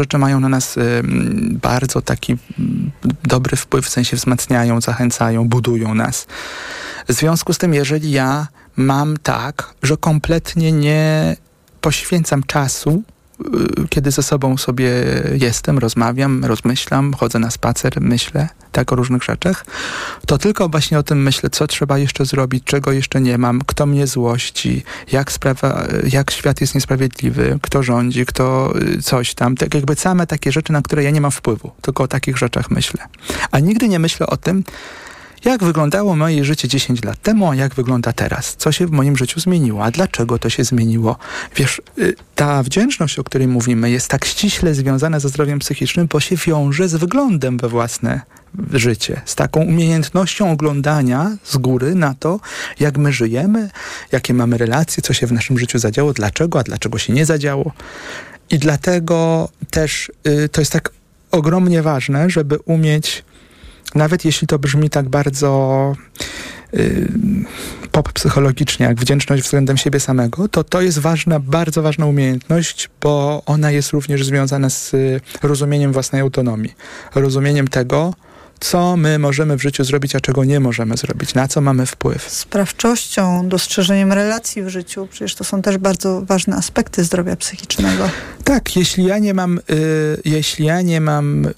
rzeczy mają na nas y, bardzo taki y, dobry wpływ, w sensie wzmacniają, zachęcają, budują nas. W związku z tym, jeżeli ja mam tak, że kompletnie nie poświęcam czasu, kiedy ze sobą sobie jestem, rozmawiam, rozmyślam, chodzę na spacer, myślę tak o różnych rzeczach, to tylko właśnie o tym myślę, co trzeba jeszcze zrobić, czego jeszcze nie mam, kto mnie złości, jak sprawa, jak świat jest niesprawiedliwy, kto rządzi, kto coś tam. Tak jakby same takie rzeczy, na które ja nie mam wpływu, tylko o takich rzeczach myślę. A nigdy nie myślę o tym, jak wyglądało moje życie dziesięć lat temu, a jak wygląda teraz? Co się w moim życiu zmieniło? A dlaczego to się zmieniło? Wiesz, ta wdzięczność, o której mówimy, jest tak ściśle związana ze zdrowiem psychicznym, bo się wiąże z wyglądem we własne życie. Z taką umiejętnością oglądania z góry na to, jak my żyjemy, jakie mamy relacje, co się w naszym życiu zadziało, dlaczego, a dlaczego się nie zadziało. I dlatego też y, to jest tak ogromnie ważne, żeby umieć, nawet jeśli to brzmi tak bardzo y, pop psychologicznie, jak wdzięczność względem siebie samego, to to jest ważna, bardzo ważna umiejętność, bo ona jest również związana z y, rozumieniem własnej autonomii. Rozumieniem tego, co my możemy w życiu zrobić, a czego nie możemy zrobić, na co mamy wpływ. Sprawczością, dostrzeżeniem relacji w życiu, przecież to są też bardzo ważne aspekty zdrowia psychicznego. Tak, jeśli ja nie mam, y, jeśli ja nie mam y,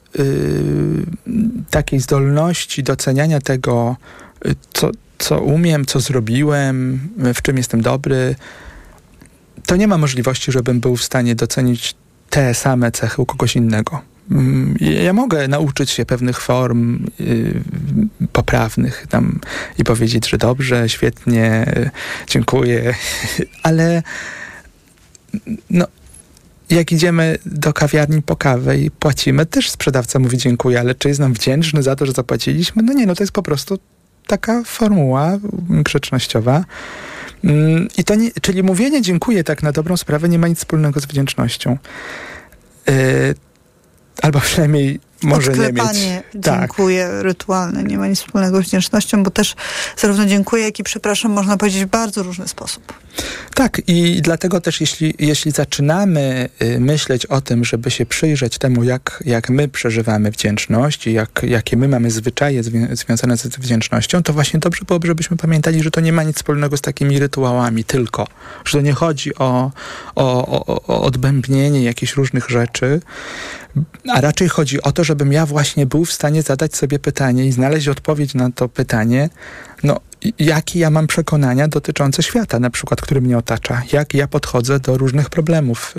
takiej zdolności doceniania tego, y, co, co umiem, co zrobiłem, w czym jestem dobry, to nie ma możliwości, żebym był w stanie docenić te same cechy u kogoś innego. Ja mogę nauczyć się pewnych form y, poprawnych tam i powiedzieć, że dobrze, świetnie, dziękuję, ale no, jak idziemy do kawiarni po kawę i płacimy, też sprzedawca mówi dziękuję, ale czy jest nam wdzięczny za to, że zapłaciliśmy? No nie, no to jest po prostu taka formuła grzecznościowa. I to nie, czyli mówienie dziękuję tak na dobrą sprawę nie ma nic wspólnego z wdzięcznością. Y, Albo przynajmniej może nie mieć. Dziękuję, tak. Rytualne, nie ma nic wspólnego z wdzięcznością, bo też zarówno dziękuję, jak i przepraszam można powiedzieć w bardzo różny sposób. Tak, i dlatego też jeśli, jeśli zaczynamy y, myśleć o tym, żeby się przyjrzeć temu, jak, jak my przeżywamy wdzięczność i jak, jakie my mamy zwyczaje zwią- związane z wdzięcznością, to właśnie dobrze byłoby, żebyśmy pamiętali, że to nie ma nic wspólnego z takimi rytuałami tylko. Że to nie chodzi o, o, o, o odbębnienie jakichś różnych rzeczy, a raczej chodzi o to, żebym ja właśnie był w stanie zadać sobie pytanie i znaleźć odpowiedź na to pytanie, no jakie ja mam przekonania dotyczące świata, na przykład, który mnie otacza, jak ja podchodzę do różnych problemów.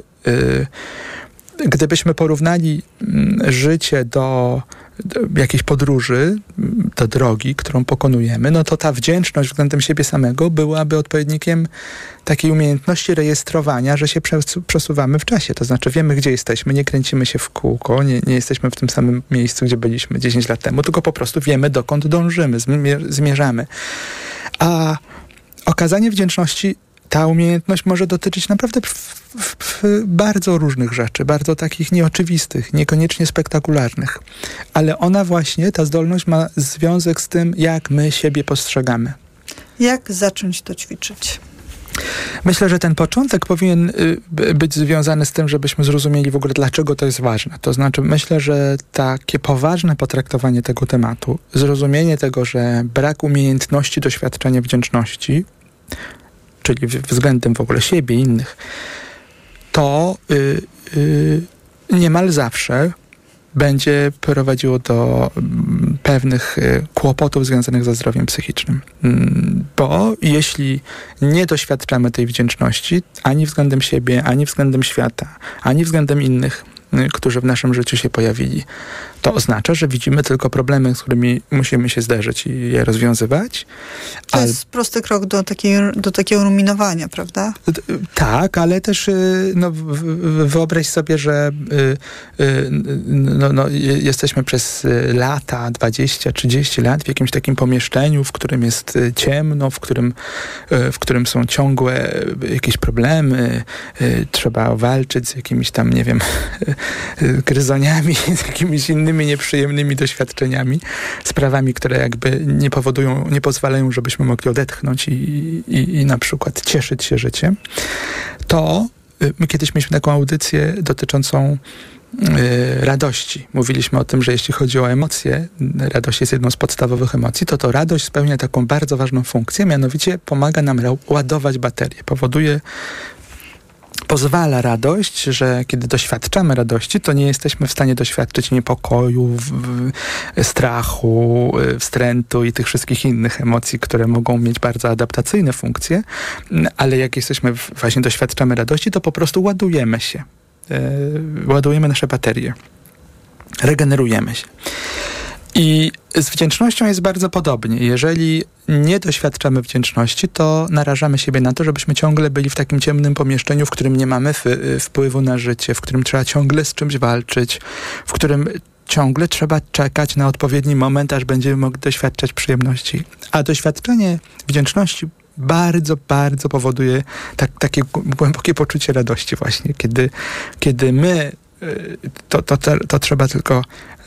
Gdybyśmy porównali życie do, do jakiejś podróży, do drogi, którą pokonujemy, no to ta wdzięczność względem siebie samego byłaby odpowiednikiem takiej umiejętności rejestrowania, że się przesuwamy w czasie. To znaczy wiemy, gdzie jesteśmy, nie kręcimy się w kółko, nie, nie jesteśmy w tym samym miejscu, gdzie byliśmy dziesięć lat temu, tylko po prostu wiemy, dokąd dążymy, zmierzamy. A okazanie wdzięczności, ta umiejętność może dotyczyć naprawdę w, w, w bardzo różnych rzeczy, bardzo takich nieoczywistych, niekoniecznie spektakularnych. Ale ona właśnie, ta zdolność ma związek z tym, jak my siebie postrzegamy. Jak zacząć to ćwiczyć? Myślę, że ten początek powinien y, być związany z tym, żebyśmy zrozumieli w ogóle, dlaczego to jest ważne. To znaczy, myślę, że takie poważne potraktowanie tego tematu, zrozumienie tego, że brak umiejętności doświadczenia wdzięczności, czyli względem w ogóle siebie i innych, to y, y, niemal zawsze będzie prowadziło do mm, pewnych y, kłopotów związanych ze zdrowiem psychicznym. Mm, bo jeśli nie doświadczamy tej wdzięczności ani względem siebie, ani względem świata, ani względem innych, y, którzy w naszym życiu się pojawili, to oznacza, że widzimy tylko problemy, z którymi musimy się zderzyć i je rozwiązywać. To Al... jest prosty krok do, takiej, do takiego ruminowania, prawda? Tak, ale też no, wyobraź sobie, że no, no, jesteśmy przez lata, dwadzieścia trzydzieści lat w jakimś takim pomieszczeniu, w którym jest ciemno, w którym, w którym są ciągłe jakieś problemy, trzeba walczyć z jakimiś tam, nie wiem, gryzoniami, z jakimiś innymi nieprzyjemnymi doświadczeniami, sprawami, które jakby nie powodują, nie pozwalają, żebyśmy mogli odetchnąć i, i, i na przykład cieszyć się życiem, to my kiedyś mieliśmy taką audycję dotyczącą radości. Mówiliśmy o tym, że jeśli chodzi o emocje, radość jest jedną z podstawowych emocji, to to radość spełnia taką bardzo ważną funkcję, mianowicie pomaga nam ładować baterię. Powoduje, pozwala radość, że kiedy doświadczamy radości, to nie jesteśmy w stanie doświadczyć niepokoju, w, w, strachu, wstrętu i tych wszystkich innych emocji, które mogą mieć bardzo adaptacyjne funkcje, ale jak jesteśmy, właśnie doświadczamy radości, to po prostu ładujemy się. Ładujemy nasze baterie. Regenerujemy się. I z wdzięcznością jest bardzo podobnie. Jeżeli nie doświadczamy wdzięczności, to narażamy siebie na to, żebyśmy ciągle byli w takim ciemnym pomieszczeniu, w którym nie mamy f- wpływu na życie, w którym trzeba ciągle z czymś walczyć, w którym ciągle trzeba czekać na odpowiedni moment, aż będziemy mogli doświadczać przyjemności. A doświadczenie wdzięczności bardzo, bardzo powoduje tak, takie głębokie poczucie radości właśnie, kiedy, kiedy my To, to, to, to trzeba tylko...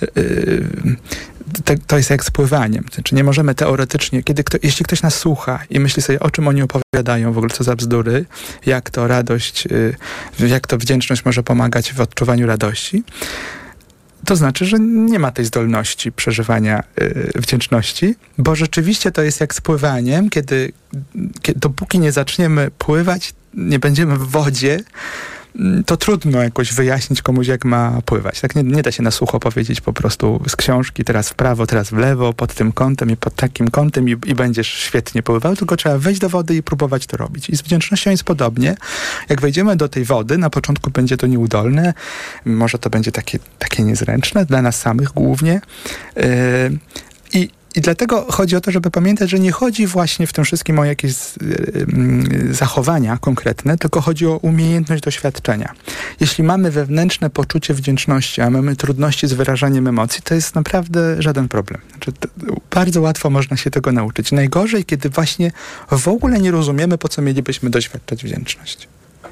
To, to jest jak z pływaniem. Znaczy nie możemy teoretycznie... Kiedy kto, jeśli ktoś nas słucha i myśli sobie, o czym oni opowiadają, w ogóle co za bzdury, jak to radość, jak to wdzięczność może pomagać w odczuwaniu radości, to znaczy, że nie ma tej zdolności przeżywania wdzięczności, bo rzeczywiście to jest jak z pływaniem, kiedy, kiedy dopóki nie zaczniemy pływać, nie będziemy w wodzie, to trudno jakoś wyjaśnić komuś, jak ma pływać. Tak nie, nie da się na sucho powiedzieć po prostu z książki, teraz w prawo, teraz w lewo, pod tym kątem i pod takim kątem i, i będziesz świetnie pływał, tylko trzeba wejść do wody i próbować to robić. I z wdzięcznością jest podobnie. Jak wejdziemy do tej wody, na początku będzie to nieudolne, może to będzie takie, takie niezręczne, dla nas samych głównie. Yy, i I dlatego chodzi o to, żeby pamiętać, że nie chodzi właśnie w tym wszystkim o jakieś yy, zachowania konkretne, tylko chodzi o umiejętność doświadczenia. Jeśli mamy wewnętrzne poczucie wdzięczności, a mamy trudności z wyrażaniem emocji, to jest naprawdę żaden problem. Znaczy, to, bardzo łatwo można się tego nauczyć. Najgorzej, kiedy właśnie w ogóle nie rozumiemy, po co mielibyśmy doświadczać wdzięczność.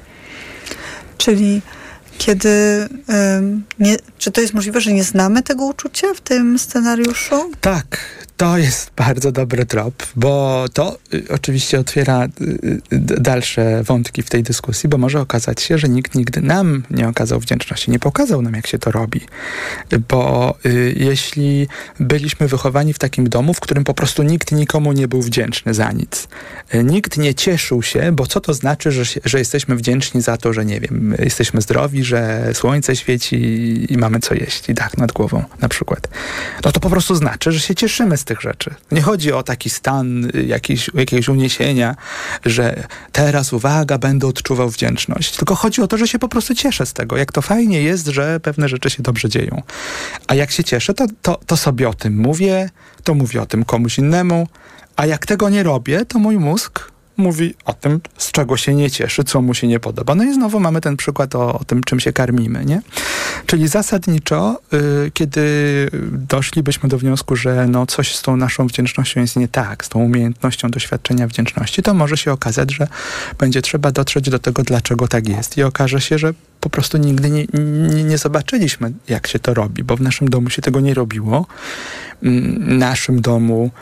Czyli kiedy... Ym, nie, czy to jest możliwe, że nie znamy tego uczucia w tym scenariuszu? Tak, to jest bardzo dobry trop, bo to y, oczywiście otwiera y, y, dalsze wątki w tej dyskusji, bo może okazać się, że nikt nigdy nam nie okazał wdzięczności, nie pokazał nam, jak się to robi. Bo y, jeśli byliśmy wychowani w takim domu, w którym po prostu nikt nikomu nie był wdzięczny za nic, y, nikt nie cieszył się, bo co to znaczy, że, że jesteśmy wdzięczni za to, że nie wiem, jesteśmy zdrowi, że słońce świeci i mamy co jeść i dach nad głową na przykład. No to po prostu znaczy, że się cieszymy z tych rzeczy. Nie chodzi o taki stan jakiś, jakiegoś uniesienia, że teraz, uwaga, będę odczuwał wdzięczność. Tylko chodzi o to, że się po prostu cieszę z tego. Jak to fajnie jest, że pewne rzeczy się dobrze dzieją. A jak się cieszę, to, to, to sobie o tym mówię, to mówię o tym komuś innemu, a jak tego nie robię, to mój mózg mówi o tym, z czego się nie cieszy, co mu się nie podoba. No i znowu mamy ten przykład o, o tym, czym się karmimy, nie? Czyli zasadniczo, y, kiedy doszlibyśmy do wniosku, że no coś z tą naszą wdzięcznością jest nie tak, z tą umiejętnością doświadczenia wdzięczności, to może się okazać, że będzie trzeba dotrzeć do tego, dlaczego tak jest. I okaże się, że po prostu nigdy nie, nie, nie zobaczyliśmy, jak się to robi, bo w naszym domu się tego nie robiło. W naszym domu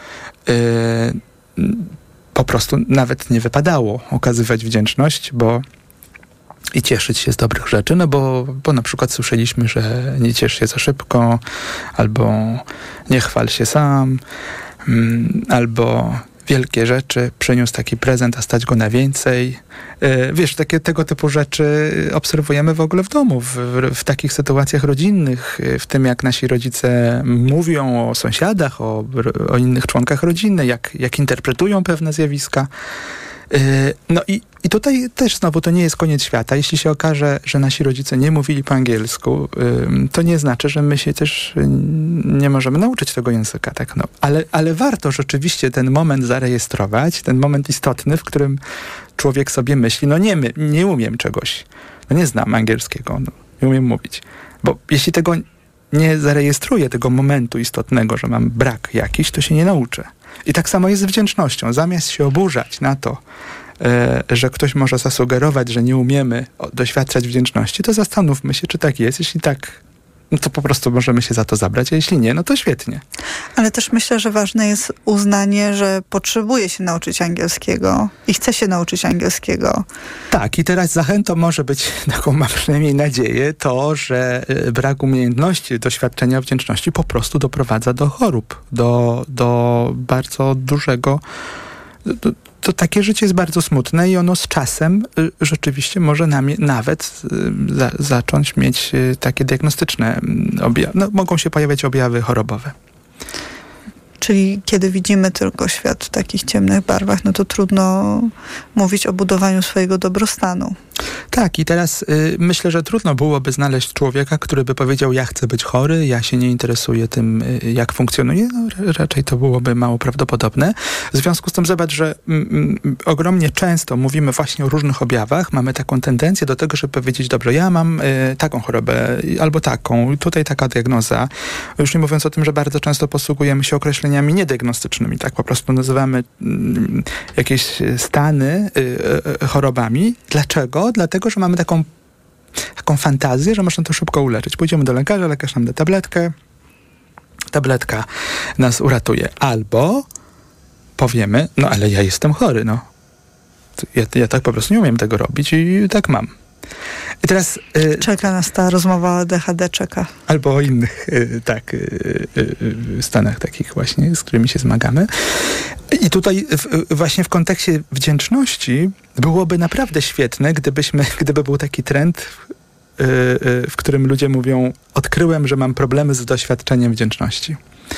y, po prostu nawet nie wypadało okazywać wdzięczność, bo i cieszyć się z dobrych rzeczy, no bo, bo na przykład słyszeliśmy, że nie ciesz się za szybko, albo nie chwal się sam, mm, albo wielkie rzeczy, przyniósł taki prezent, a stać go na więcej. Yy, wiesz, takie, tego typu rzeczy obserwujemy w ogóle w domu, w, w, w takich sytuacjach rodzinnych, w tym jak nasi rodzice mówią o sąsiadach, o, o innych członkach rodziny, jak, jak interpretują pewne zjawiska. Yy, no i, i tutaj też znowu to nie jest koniec świata. Jeśli się okaże, że nasi rodzice nie mówili po angielsku, yy, to nie znaczy, że my się też nie możemy nauczyć tego języka. Tak? No, ale, ale warto rzeczywiście ten moment zarejestrować, ten moment istotny, w którym człowiek sobie myśli, no nie, nie umiem czegoś, no nie znam angielskiego, no, nie umiem mówić. Bo jeśli tego nie zarejestruję, tego momentu istotnego, że mam brak jakiś, to się nie nauczę. I tak samo jest z wdzięcznością. Zamiast się oburzać na to, e, że ktoś może zasugerować, że nie umiemy doświadczać wdzięczności, to zastanówmy się, czy tak jest. Jeśli tak no to po prostu możemy się za to zabrać, a jeśli nie, no to świetnie. Ale też myślę, że ważne jest uznanie, że potrzebuje się nauczyć angielskiego i chce się nauczyć angielskiego. Tak, i teraz zachętą może być, taką mam przynajmniej nadzieję, to, że brak umiejętności, doświadczenia wdzięczności po prostu doprowadza do chorób, do, do bardzo dużego... Do, to takie życie jest bardzo smutne i ono z czasem y, rzeczywiście może nam, nawet y, za, zacząć mieć y, takie diagnostyczne objawy. No, mogą się pojawiać objawy chorobowe. Czyli kiedy widzimy tylko świat w takich ciemnych barwach, no to trudno mówić o budowaniu swojego dobrostanu. Tak, i teraz y, myślę, że trudno byłoby znaleźć człowieka, który by powiedział, ja chcę być chory, ja się nie interesuję tym, y, jak funkcjonuje. No, raczej to byłoby mało prawdopodobne. W związku z tym zobacz, że mm, ogromnie często mówimy właśnie o różnych objawach. Mamy taką tendencję do tego, żeby powiedzieć, dobrze, ja mam y, taką chorobę albo taką, tutaj taka diagnoza. Już nie mówiąc o tym, że bardzo często posługujemy się określeniami niediagnostycznymi. Tak po prostu nazywamy y, jakieś stany y, y, chorobami. Dlaczego? Dlatego, że mamy taką, taką fantazję, że można to szybko uleczyć. Pójdziemy do lekarza, lekarz nam da tabletkę, tabletka nas uratuje. Albo powiemy, no ale ja jestem chory, no. Ja, ja tak po prostu nie umiem tego robić i tak mam. I teraz... Y, czeka nas ta rozmowa o D H D, czeka. Albo o innych, y, tak, y, y, stanach takich właśnie, z którymi się zmagamy. I tutaj w, właśnie w kontekście wdzięczności byłoby naprawdę świetne, gdybyśmy, gdyby był taki trend, y, y, w którym ludzie mówią, odkryłem, że mam problemy z doświadczeniem wdzięczności.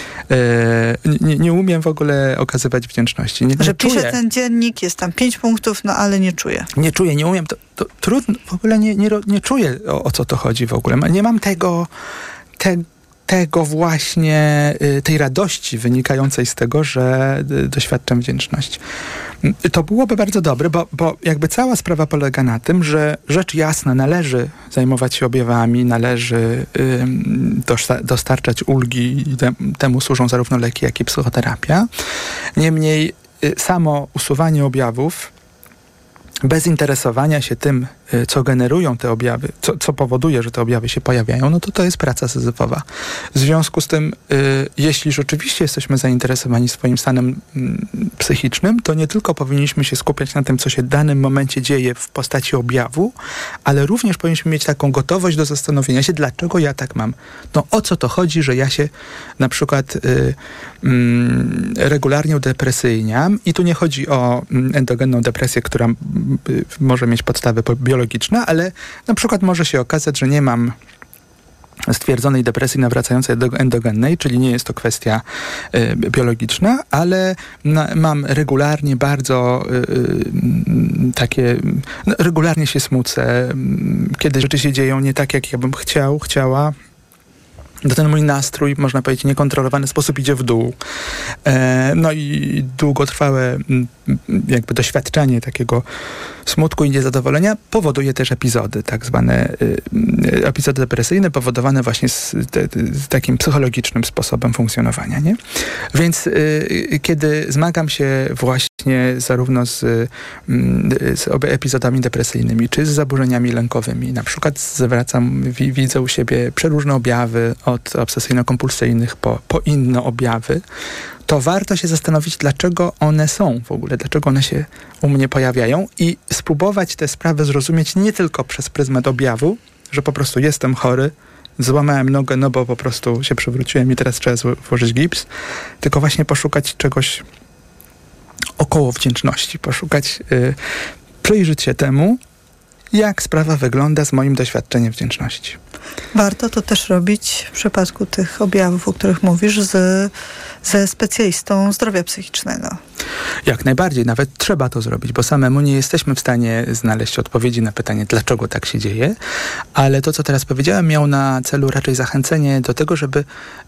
Nie, nie umiem w ogóle okazywać wdzięczności. Nie, że nie piszę czuję. ten dziennik, jest tam pięć punktów, no ale nie czuję. Nie czuję, nie umiem. To, to trudno, w ogóle nie, nie, nie czuję, o, o co to chodzi w ogóle. Nie mam tego, te, tego właśnie, tej radości wynikającej z tego, że doświadczam wdzięczności. To byłoby bardzo dobre, bo, bo jakby cała sprawa polega na tym, że rzecz jasna, należy zajmować się objawami, należy ym, dostarczać ulgi i te, temu służą zarówno leki, jak i psychoterapia. Niemniej y, samo usuwanie objawów bez interesowania się tym, co generują te objawy, co, co powoduje, że te objawy się pojawiają, no to to jest praca syzyfowa. W związku z tym, y, jeśli rzeczywiście jesteśmy zainteresowani swoim stanem y, psychicznym, to nie tylko powinniśmy się skupiać na tym, co się w danym momencie dzieje w postaci objawu, ale również powinniśmy mieć taką gotowość do zastanowienia się, dlaczego ja tak mam. No o co to chodzi, że ja się na przykład y, y, regularnie udepresyjniam i tu nie chodzi o endogenną depresję, która y, może mieć podstawy biologiczne, ale na przykład może się okazać, że nie mam stwierdzonej depresji nawracającej do endogennej, czyli nie jest to kwestia y, biologiczna, ale na, mam regularnie bardzo y, y, takie, no, regularnie się smucę, y, kiedy rzeczy się dzieją nie tak, jak ja bym chciał, chciała. To ten mój nastrój, można powiedzieć, niekontrolowany sposób idzie w dół. E, no i długotrwałe jakby doświadczenie takiego smutku i niezadowolenia powoduje też epizody, tak zwane y, epizody depresyjne, powodowane właśnie z, te, z takim psychologicznym sposobem funkcjonowania, nie? Więc y, kiedy zmagam się właśnie zarówno z, y, z epizodami depresyjnymi, czy z zaburzeniami lękowymi, na przykład zwracam, wi, widzę u siebie przeróżne objawy, od obsesyjno-kompulsyjnych po, po inne objawy, to warto się zastanowić, dlaczego one są w ogóle, dlaczego one się u mnie pojawiają i spróbować tę sprawę zrozumieć nie tylko przez pryzmat objawu, że po prostu jestem chory, złamałem nogę, no bo po prostu się przewróciłem i teraz trzeba włożyć gips, tylko właśnie poszukać czegoś około wdzięczności, poszukać, yy, przyjrzeć się temu, jak sprawa wygląda z moim doświadczeniem wdzięczności. Warto to też robić w przypadku tych objawów, o których mówisz, z, ze specjalistą zdrowia psychicznego. Jak najbardziej, nawet trzeba to zrobić, bo samemu nie jesteśmy w stanie znaleźć odpowiedzi na pytanie, dlaczego tak się dzieje, ale to, co teraz powiedziałem, miało na celu raczej zachęcenie do tego, żeby,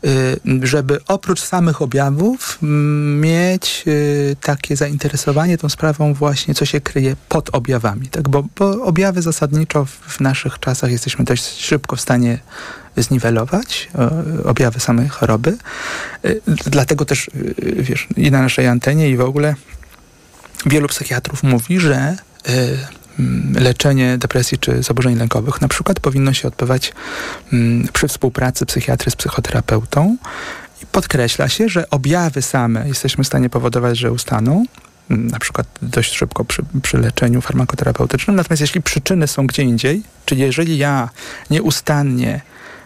żeby oprócz samych objawów mieć takie zainteresowanie tą sprawą właśnie, co się kryje pod objawami, tak? Bo, bo objawy zasadniczo w naszych czasach jesteśmy dość szybko w stanie zniwelować, objawy samej choroby. Dlatego też, wiesz, i na naszej antenie, i w ogóle wielu psychiatrów mówi, że leczenie depresji czy zaburzeń lękowych na przykład powinno się odbywać przy współpracy psychiatry z psychoterapeutą i podkreśla się, że objawy same jesteśmy w stanie powodować, że ustaną, na przykład dość szybko przy, przy leczeniu farmakoterapeutycznym, natomiast jeśli przyczyny są gdzie indziej, czyli jeżeli ja nieustannie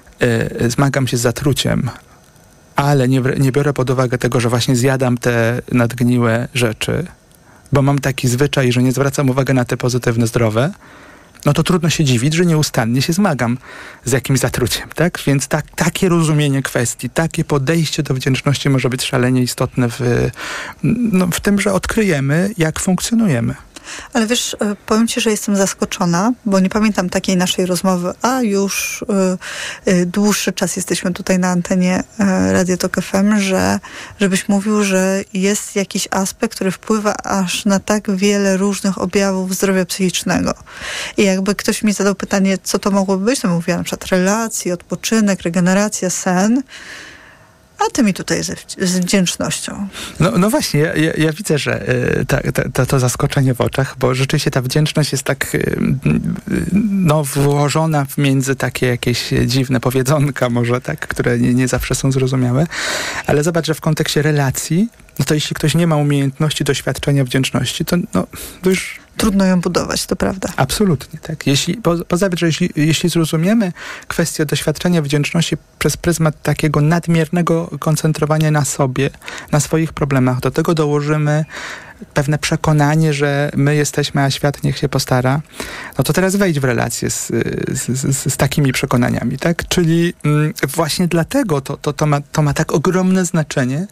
y, zmagam się z zatruciem, ale nie, nie biorę pod uwagę tego, że właśnie zjadam te nadgniłe rzeczy, bo mam taki zwyczaj, że nie zwracam uwagi na te pozytywne, zdrowe, no to trudno się dziwić, że nieustannie się zmagam z jakimś zatruciem, tak? Więc tak, takie rozumienie kwestii, takie podejście do wdzięczności może być szalenie istotne w, no, w tym, że odkryjemy, jak funkcjonujemy. Ale wiesz, powiem ci, że jestem zaskoczona, bo nie pamiętam takiej naszej rozmowy, a już y, y, dłuższy czas jesteśmy tutaj na antenie y, Radio Tok F M, że żebyś mówił, że jest jakiś aspekt, który wpływa aż na tak wiele różnych objawów zdrowia psychicznego. I jakby ktoś mi zadał pytanie, co to mogłoby być, to mówiłam na przykład relacje, odpoczynek, regeneracja, sen. A ty mi tutaj z, z wdzięcznością. No, no właśnie, ja, ja, ja widzę, że y, ta, ta, ta, to zaskoczenie w oczach, bo rzeczywiście ta wdzięczność jest tak y, no, włożona między takie jakieś dziwne powiedzonka może, tak, które nie, nie zawsze są zrozumiałe. Ale zobacz, że w kontekście relacji, no to jeśli ktoś nie ma umiejętności doświadczenia wdzięczności, to, no, to już... Trudno ją budować, to prawda. Absolutnie, tak. Jeśli, po, poza tym, że jeśli, jeśli zrozumiemy kwestię doświadczenia wdzięczności przez pryzmat takiego nadmiernego koncentrowania na sobie, na swoich problemach, do tego dołożymy pewne przekonanie, że my jesteśmy, a świat niech się postara, no to teraz wejdź w relację z, z, z, z takimi przekonaniami, tak? Czyli mm, właśnie dlatego to, to, to, ma, to ma tak ogromne znaczenie,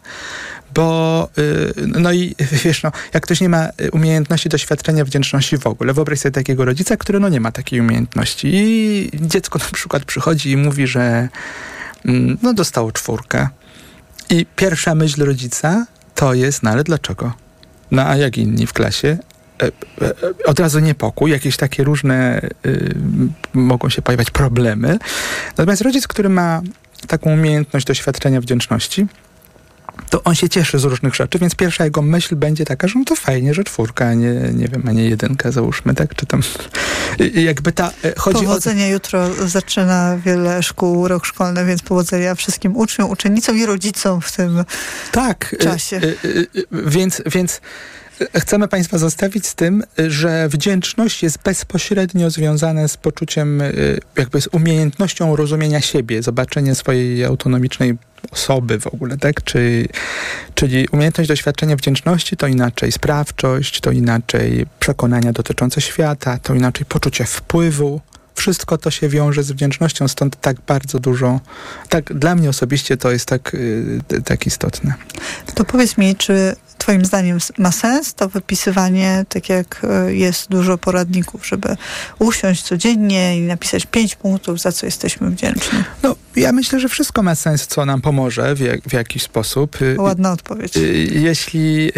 bo yy, no i wiesz, no, jak ktoś nie ma umiejętności doświadczenia wdzięczności w ogóle, wyobraź sobie takiego rodzica, który no nie ma takiej umiejętności i dziecko na przykład przychodzi i mówi, że mm, no dostało czwórkę i pierwsza myśl rodzica to jest, no ale dlaczego? No a jak inni w klasie? E, e, od razu niepokój, jakieś takie różne e, mogą się pojawiać problemy. Natomiast rodzic, który ma taką umiejętność doświadczenia wdzięczności, to on się cieszy z różnych rzeczy, więc pierwsza jego myśl będzie taka, że no to fajnie, że czwórka, a nie, nie wiem, a nie jedynka, załóżmy, tak? Czy tam jakby ta... Chodzi powodzenia o... jutro zaczyna wiele szkół, rok szkolny, więc powodzenia wszystkim uczniom, uczennicom i rodzicom w tym tak, czasie. Y, y, y, więc, więc chcemy Państwa zostawić z tym, że wdzięczność jest bezpośrednio związana z poczuciem, jakby z umiejętnością rozumienia siebie, zobaczenia swojej autonomicznej osoby w ogóle, tak? Czyli, czyli umiejętność doświadczenia wdzięczności to inaczej sprawczość, to inaczej przekonania dotyczące świata, to inaczej poczucie wpływu. Wszystko to się wiąże z wdzięcznością, stąd tak bardzo dużo, tak dla mnie osobiście to jest tak, yy, tak istotne. To powiedz mi, czy twoim zdaniem ma sens to wypisywanie, tak jak jest dużo poradników, żeby usiąść codziennie i napisać pięć punktów, za co jesteśmy wdzięczni? No, ja myślę, że wszystko ma sens, co nam pomoże w, jak, w jakiś sposób. Ładna odpowiedź. Jeśli,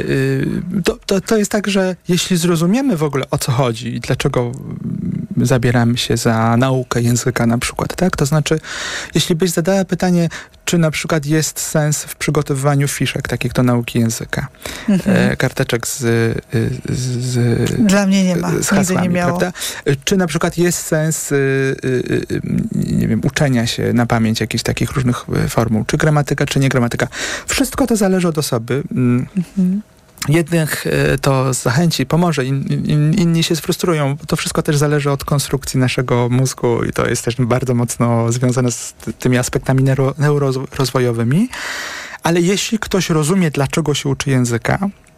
to, to, to jest tak, że jeśli zrozumiemy w ogóle, o co chodzi i dlaczego zabieramy się za naukę języka na przykład, tak? To znaczy, jeśli byś zadała pytanie, czy na przykład jest sens w przygotowywaniu fiszek takich do nauki języka, mhm. e, karteczek z, z, z... Dla mnie nie ma, z hasłami, nigdy nie miało. Prawda? Czy na przykład jest sens y, y, y, nie wiem, uczenia się na pamięć jakichś takich różnych formuł, czy gramatyka, czy nie gramatyka. Wszystko to zależy od osoby. Mhm. Jednych to zachęci, pomoże, in, in, inni się sfrustrują. To wszystko też zależy od konstrukcji naszego mózgu i to jest też bardzo mocno związane z tymi aspektami neuro, neurorozwojowymi. Ale jeśli ktoś rozumie, dlaczego się uczy języka,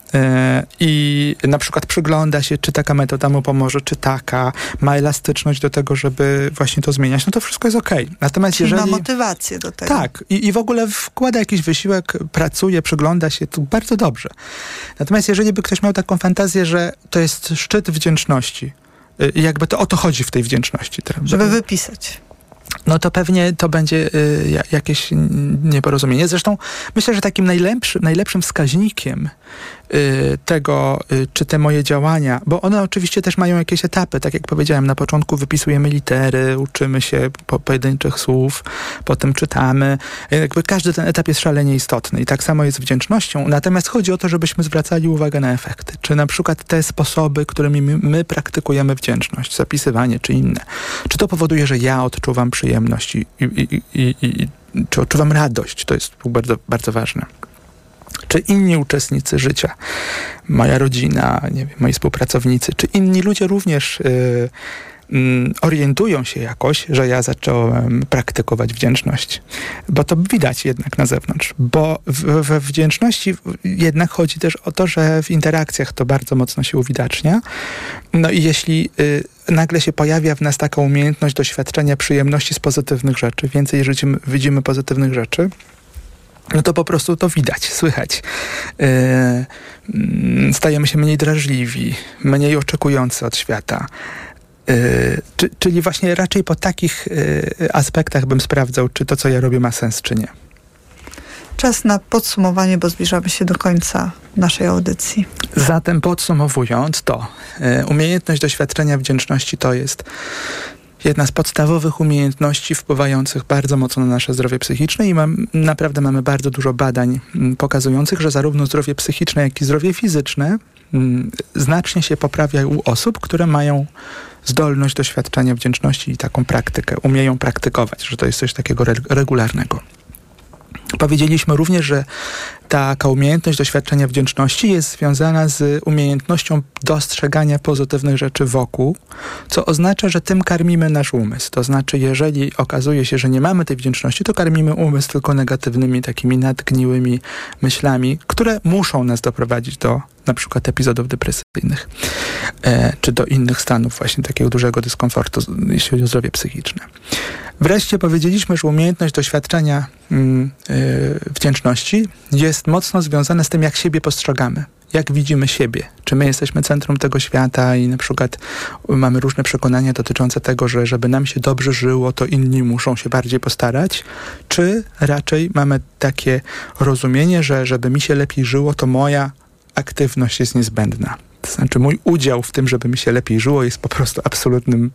i na przykład przygląda się, czy taka metoda mu pomoże, czy taka, ma elastyczność do tego, żeby właśnie to zmieniać, no to wszystko jest okej. Natomiast Czyli jeżeli... ma motywację do tego. Tak. I, I w ogóle wkłada jakiś wysiłek, pracuje, przygląda się, to bardzo dobrze. Natomiast jeżeli by ktoś miał taką fantazję, że to jest szczyt wdzięczności, i jakby to o to chodzi w tej wdzięczności. Żeby wypisać. No to pewnie to będzie y, jakieś nieporozumienie. Zresztą myślę, że takim najlepszy, najlepszym wskaźnikiem y, tego, y, czy te moje działania, bo one oczywiście też mają jakieś etapy, tak jak powiedziałem, na początku wypisujemy litery, uczymy się po, pojedynczych słów, potem czytamy. Jakby każdy ten etap jest szalenie istotny i tak samo jest z wdzięcznością. Natomiast chodzi o to, żebyśmy zwracali uwagę na efekty. Czy na przykład te sposoby, którymi my, my praktykujemy wdzięczność, zapisywanie czy inne, czy to powoduje, że ja odczuwam przyjemność i, i, i, i, i czy odczuwam radość. To jest bardzo, bardzo ważne. Czy inni uczestnicy życia, moja rodzina, nie wiem, moi współpracownicy, czy inni ludzie również yy, orientują się jakoś, że ja zacząłem praktykować wdzięczność. Bo to widać jednak na zewnątrz. Bo we wdzięczności jednak chodzi też o to, że w interakcjach to bardzo mocno się uwidacznia. No i jeśli y, nagle się pojawia w nas taka umiejętność doświadczenia przyjemności z pozytywnych rzeczy, więcej jeżeli widzimy pozytywnych rzeczy, no to po prostu to widać, słychać. Yy, stajemy się mniej drażliwi, mniej oczekujący od świata. Yy, czy, czyli właśnie raczej po takich yy, aspektach bym sprawdzał, czy to, co ja robię, ma sens, czy nie. Czas na podsumowanie, bo zbliżamy się do końca naszej audycji. Zatem podsumowując to, yy, umiejętność doświadczenia wdzięczności to jest jedna z podstawowych umiejętności wpływających bardzo mocno na nasze zdrowie psychiczne i mam, naprawdę mamy bardzo dużo badań m, pokazujących, że zarówno zdrowie psychiczne, jak i zdrowie fizyczne m, znacznie się poprawia u osób, które mają zdolność doświadczenia wdzięczności i taką praktykę, umieją praktykować, że to jest coś takiego re- regularnego. Powiedzieliśmy również, że taka umiejętność doświadczenia wdzięczności jest związana z umiejętnością dostrzegania pozytywnych rzeczy wokół, co oznacza, że tym karmimy nasz umysł. To znaczy, jeżeli okazuje się, że nie mamy tej wdzięczności, to karmimy umysł tylko negatywnymi, takimi nadgniłymi myślami, które muszą nas doprowadzić do na przykład epizodów depresyjnych, e, czy do innych stanów właśnie takiego dużego dyskomfortu, jeśli chodzi o zdrowie psychiczne. Wreszcie powiedzieliśmy, że umiejętność doświadczenia mm, yy, wdzięczności jest mocno związana z tym, jak siebie postrzegamy, jak widzimy siebie. Czy my jesteśmy centrum tego świata i na przykład mamy różne przekonania dotyczące tego, że żeby nam się dobrze żyło, to inni muszą się bardziej postarać, czy raczej mamy takie rozumienie, że żeby mi się lepiej żyło, to moja aktywność jest niezbędna. To znaczy mój udział w tym, żeby mi się lepiej żyło, jest po prostu absolutnym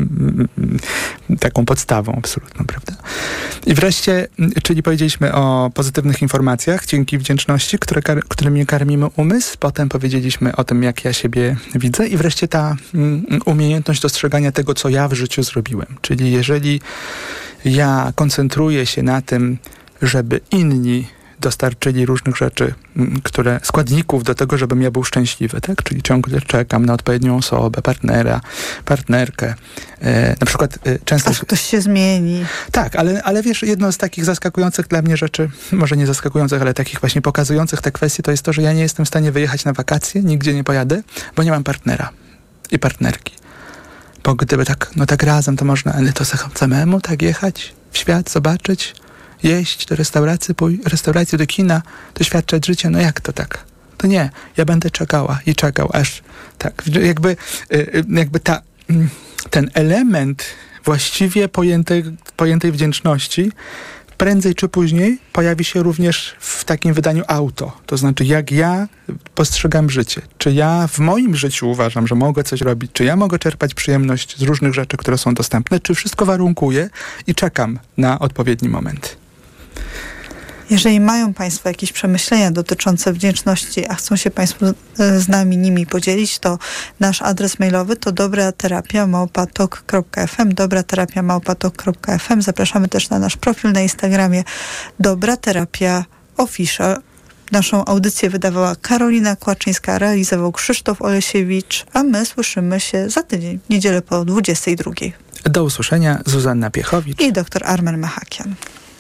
taką podstawą absolutną, prawda? I wreszcie, czyli powiedzieliśmy o pozytywnych informacjach dzięki wdzięczności, które, którymi karmimy umysł. Potem powiedzieliśmy o tym, jak ja siebie widzę i wreszcie ta um, umiejętność dostrzegania tego, co ja w życiu zrobiłem. Czyli jeżeli ja koncentruję się na tym, żeby inni dostarczyli różnych rzeczy, które, składników do tego, żebym ja był szczęśliwy, tak? Czyli ciągle czekam na odpowiednią osobę, partnera, partnerkę. E, na przykład e, często... Aż ktoś się zmieni. Tak, ale, ale wiesz, jedno z takich zaskakujących dla mnie rzeczy, może nie zaskakujących, ale takich właśnie pokazujących te kwestie, to jest to, że ja nie jestem w stanie wyjechać na wakacje, nigdzie nie pojadę, bo nie mam partnera i partnerki. Bo gdyby tak, no tak razem, to można, ale to samemu tak jechać w świat, zobaczyć, jeść do restauracji, pój- restauracji, do kina, doświadczać życia, no jak to tak? To nie, ja będę czekała i czekał, aż tak, jakby, jakby ta, ten element właściwie pojętej, pojętej wdzięczności prędzej czy później pojawi się również w takim wydaniu auto. To znaczy, jak ja postrzegam życie. Czy ja w moim życiu uważam, że mogę coś robić, czy ja mogę czerpać przyjemność z różnych rzeczy, które są dostępne, czy wszystko warunkuję i czekam na odpowiedni moment. Jeżeli mają Państwo jakieś przemyślenia dotyczące wdzięczności, a chcą się Państwo z nami nimi podzielić, to nasz adres mailowy to dobraterapia małpa tok kropka f m, dobraterapia małpa tok kropka f m. Zapraszamy też na nasz profil na Instagramie Dobra Terapia Official. Naszą audycję wydawała Karolina Kłaczyńska, realizował Krzysztof Olesiewicz, a my słyszymy się za tydzień, w niedzielę po dwudziestej drugiej. Do usłyszenia, Zuzanna Piechowicz i dr Armen Mechakian.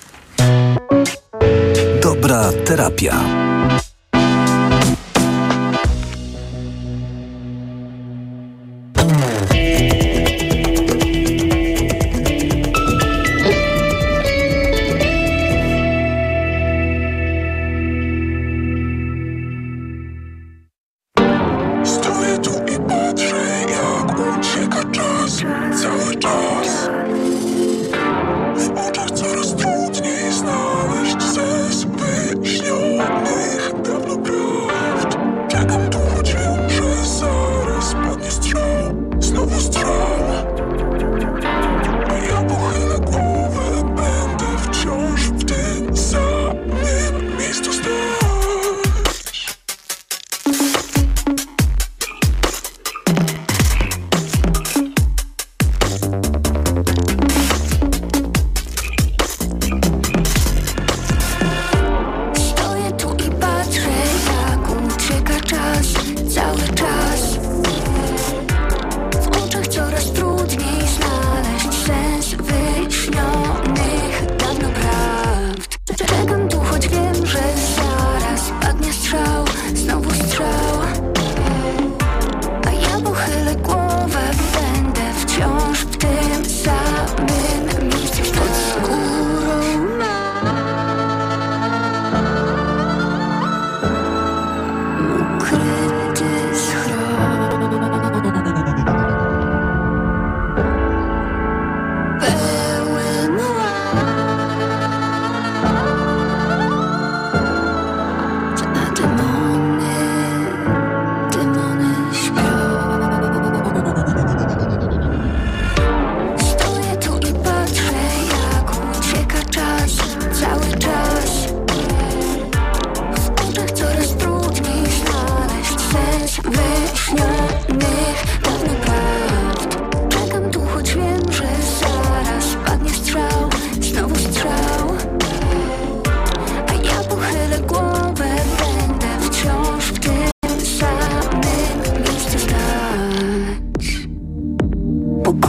Dobra terapia. Stoję tu i patrzę, jak ucieka czas, cały czas. W oczach coraz trudniej znaleźć zespół wyśniony.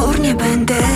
Górnie będę